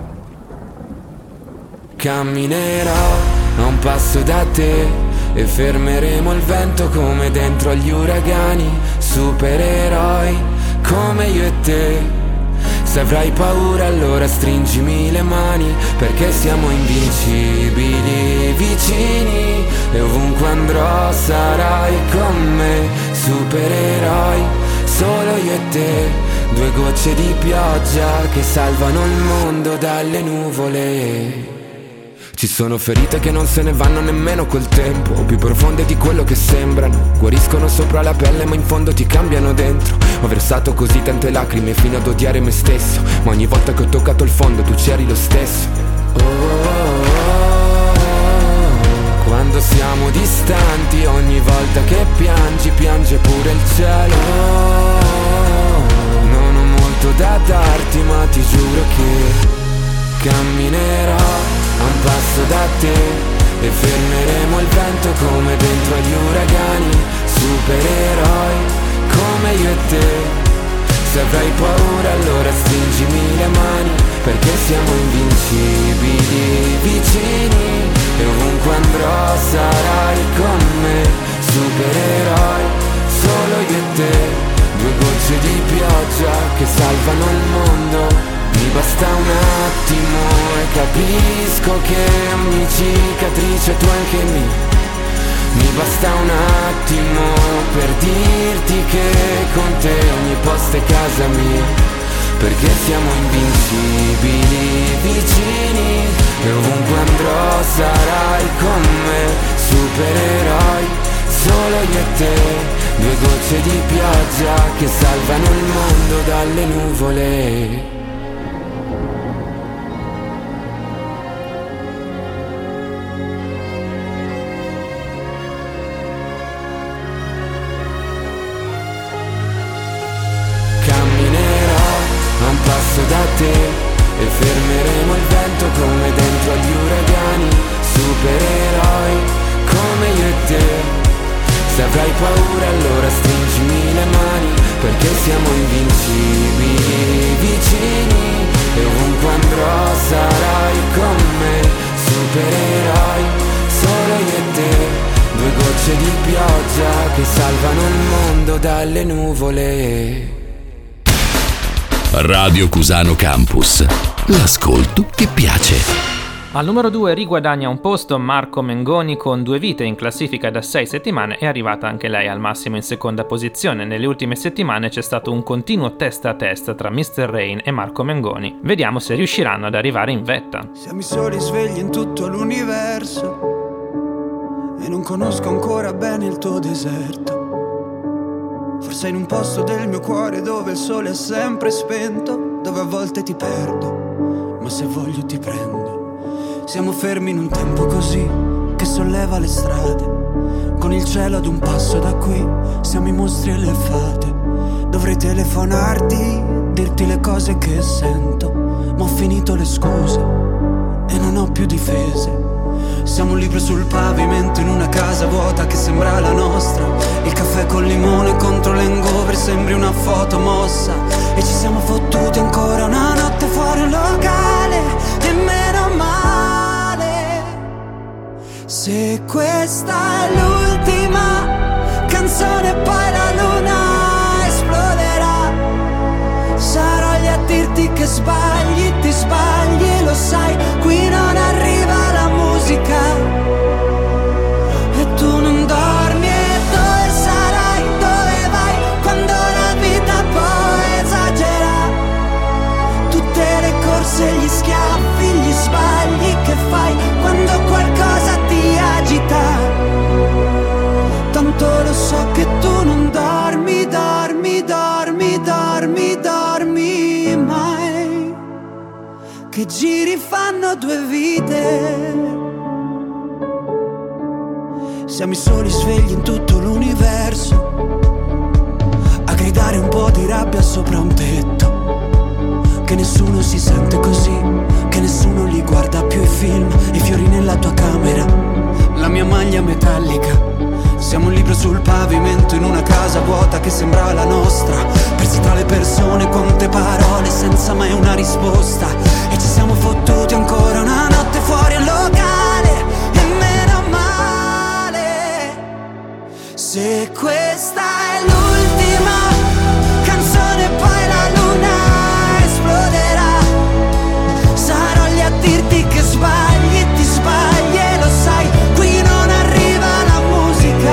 S20: Camminerò a un passo da te e fermeremo il vento come dentro agli uragani. Supereroi come io e te. Se avrai paura allora stringimi le mani, perché siamo invincibili vicini e ovunque andrò sarai con me. Supereroi solo io e te, due gocce di pioggia che salvano il mondo dalle nuvole. Ci sono ferite che non se ne vanno nemmeno col tempo, più profonde di quello che sembrano. Guariscono sopra la pelle ma in fondo ti cambiano dentro. Ho versato così tante lacrime fino ad odiare me stesso, ma ogni volta che ho toccato il fondo tu c'eri lo stesso. Oh, oh, oh, oh. Quando siamo distanti, ogni volta che piangi, piange pure il cielo. Oh, non ho molto da darti ma ti giuro che camminerò a un passo da te e fermeremo il vento come dentro agli uragani. Supereroi come io e te. Se avrai paura allora stringimi le mani, perché siamo invincibili vicini e ovunque andrò sarai con me. Supereroi solo io e te, due gocce di pioggia che salvano il mondo. Mi basta un attimo e capisco che ogni cicatrice tu anche me. Mi basta un attimo per dirti che con te ogni posto è casa mia, perché siamo invincibili vicini e ovunque andrò sarai con me. Supereroi solo io e te, due gocce di pioggia che salvano il mondo dalle nuvole. Da te e fermeremo il vento come dentro agli uragani. Supereroi come io e te. Se avrai paura dalle nuvole.
S6: Radio Cusano Campus, l'ascolto che piace.
S3: Al numero due riguadagna un posto Marco Mengoni con Due vite, in classifica da sei settimane. È arrivata anche lei al massimo in seconda posizione. Nelle ultime settimane c'è stato un continuo testa a testa tra mister Rain e Marco Mengoni. Vediamo se riusciranno ad arrivare in vetta.
S18: Siamo i soli svegli in tutto l'universo e non conosco ancora bene il tuo deserto. Forse in un posto del mio cuore dove il sole è sempre spento, dove a volte ti perdo, ma se voglio ti prendo. Siamo fermi in un tempo così che solleva le strade, con il cielo ad un passo da qui, siamo i mostri e le fate. Dovrei telefonarti, dirti le cose che sento, ma ho finito le scuse e non ho più difese. Siamo un libro sul pavimento in una casa vuota che sembra la nostra. Il caffè col limone contro l'hangover sembri una foto mossa. E ci siamo fottuti ancora una notte fuori un locale, e meno male. Se questa è l'ultima canzone poi la luna esploderà, sarò lì a dirti che sbagli, ti sbagli, lo sai, qui non arriva la musica e tu non dormi. E dove sarai, dove vai, quando la vita poi esagera, tutte le corse, gli schiaffi, gli sbagli che fai quando qualcosa ti agita. Tanto lo so che tu non dormi, dormi, dormi, dormi, dormi mai, che giri fanno due vite. Siamo i soli svegli in tutto l'universo a gridare un po' di rabbia sopra un tetto, che nessuno si sente così, che nessuno li guarda più i film, i fiori nella tua camera, la mia maglia metallica. Siamo un libro sul pavimento in una casa vuota che sembra la nostra, persi tra le persone, quante parole senza mai una risposta. E ci siamo fottuti ancora una notte fuori al locale, e meno male. Se questa è l'ultima canzone poi la luna esploderà, sarò lì a dirti che sbagli, ti sbagli e lo sai, qui non arriva la musica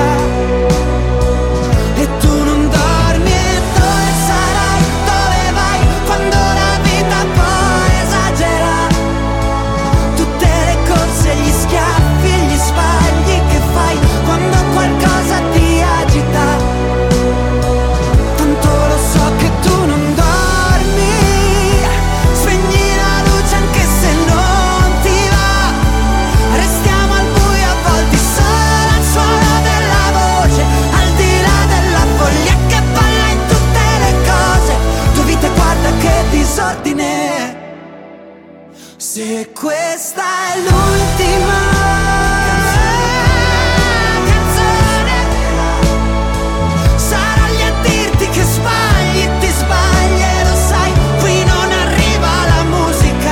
S18: e tu non dormi. E dove sarai, dove vai, quando la vita poi esagera, tutte le corse, gli schiaffi e gli sbagli che fai quando qualcosa ti agita. Tanto lo so che tu non dormi, spegni la luce anche se non ti va, restiamo al buio avvolti solo al suono della voce, al di là della follia che balla in tutte le cose. Due vite, guarda che disordine. Se questa è l'ultima canzone, sarò lì a dirti che sbagli, ti sbagli e lo sai, qui non arriva la musica.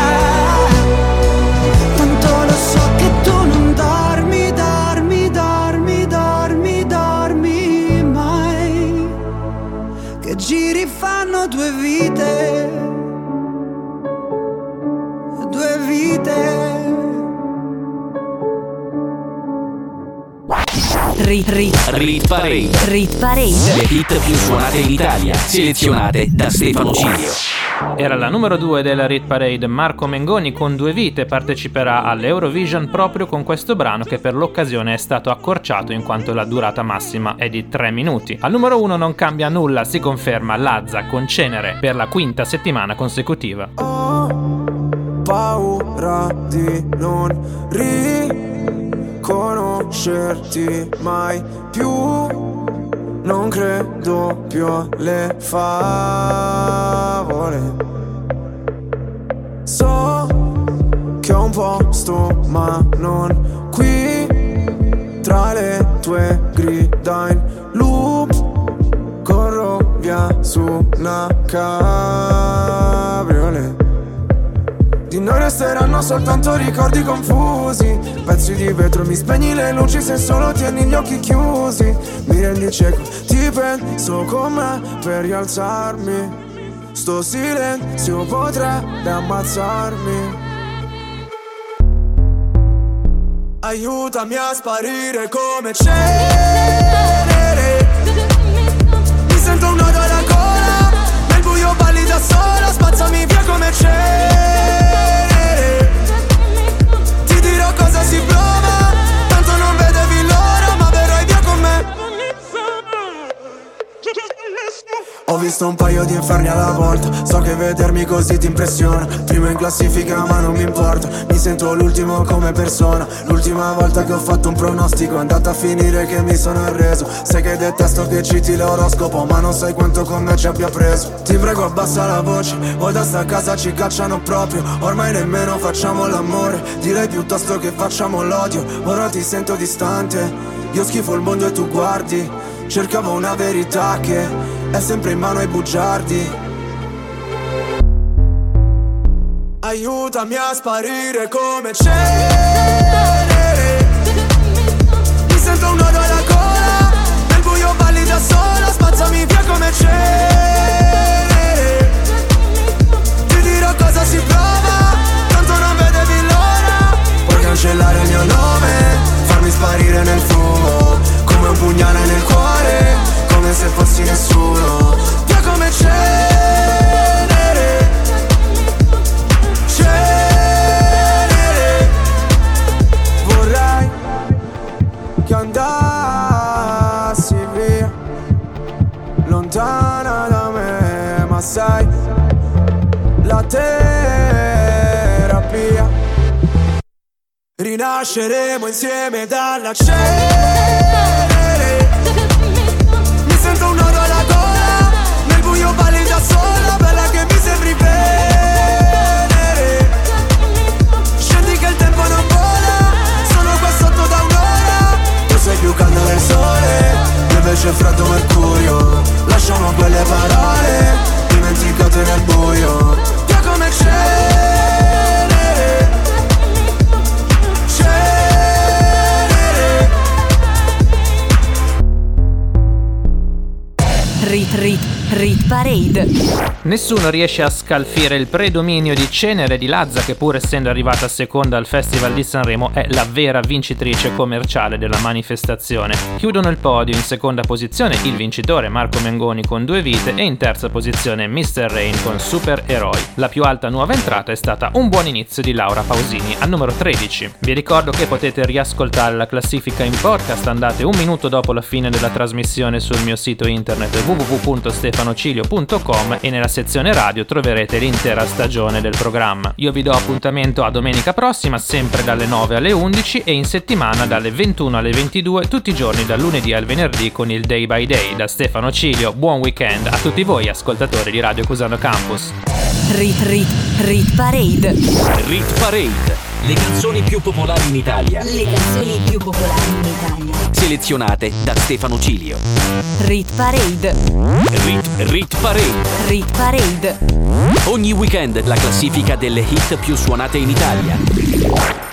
S18: Tanto lo so che tu non dormi, dormi, dormi, dormi, dormi mai, che giri fanno due vite, due vite.
S1: Rit, rit,
S2: Rit Parade.
S1: Rit Parade.
S2: Le hit più suonate in Italia, selezionate da Stefano Cilio.
S3: Era la numero due della Rit Parade. Marco Mengoni con Due vite parteciperà all'Eurovision proprio con questo brano, che per l'occasione è stato accorciato in quanto la durata massima è di tre minuti. Al numero uno non cambia nulla, si conferma Lazza con Cenere per la quinta settimana consecutiva.
S14: Paura di non riconoscerti mai più, non credo più alle favole. So che ho un posto ma non qui, tra le tue grida in loop, corro via su una cabriolet. Di noi resteranno soltanto ricordi confusi. Pezzi di vetro, mi spegni le luci se solo tieni gli occhi chiusi. Mi rendi cieco, ti penso con me per rialzarmi. Sto silenzio potrebbe ammazzarmi. Aiutami a sparire come cenere. Mi sento un nodo alla gola, nel buio balli da sola, spazzami via come cenere. Ti dirò cosa si prova, tanto non vedevi l'ora, ma verrai via con me. Ho visto un paio di inferni alla volta, so che vedermi così ti impressiona. Primo in classifica ma non mi importa, mi sento l'ultimo come persona. L'ultima volta che ho fatto un pronostico è andata a finire che mi sono arreso. Sai che detesto che citi l'oroscopo, ma non sai quanto con me ci abbia preso. Ti prego abbassa la voce, o da sta casa ci cacciano proprio. Ormai nemmeno facciamo l'amore, direi piuttosto che facciamo l'odio. Ora ti sento distante, io schifo il mondo e tu guardi. Cercavo una verità che è sempre in mano ai bugiardi. Aiutami a sparire come cenere. Mi sento un nodo alla gola, nel buio balli da sola, spazzami via come cenere. Ti dirò cosa si prova, tanto non vedevi l'ora. Puoi cancellare il mio nome, farmi sparire nel fumo, come un pugnale nel cuore, come se fossi nessuno. Via come cenere, cenere. Vorrei che andassi via, lontana da me, ma sai, la terapia. Rinasceremo insieme dalla cenere. Mi sento un nodo alla gola, nel buio balli da sola, bella che mi sembri venere. Scendi che il tempo non vola, sono qua sotto da un'ora. Tu sei più caldo del sole, io invece freddo mercurio. Lasciamo quelle parole dimenticate nel buio. Via come cenere, cenere.
S1: Rit Rit Rit Parade.
S3: Nessuno riesce a scalfire il predominio di Cenere di Lazza, che pur essendo arrivata seconda al Festival di Sanremo è la vera vincitrice commerciale della manifestazione. Chiudono il podio in seconda posizione il vincitore Marco Mengoni con Due Vite e in terza posizione mister Rain con Supereroi. La più alta nuova entrata è stata Un buon inizio di Laura Pausini al numero tredici. Vi ricordo che potete riascoltare la classifica in podcast, andate un minuto dopo la fine della trasmissione sul mio sito internet w w w punto stefanocilio punto com e nella sezione radio troverete l'intera stagione del programma. Io vi do appuntamento a domenica prossima, sempre dalle nove alle undici e in settimana dalle ventuno alle ventidue, tutti i giorni dal lunedì al venerdì con il Day by Day. Da Stefano Cilio, buon weekend a tutti voi ascoltatori di Radio Cusano Campus.
S1: Rit Rit Rit Parade.
S2: Rit Parade. Le canzoni più popolari in Italia.
S1: Le canzoni più popolari in Italia.
S2: Selezionate da Stefano Cilio.
S1: Rit Parade.
S2: Rit, Rit Parade.
S1: Rit Parade.
S2: Ogni weekend la classifica delle hit più suonate in Italia.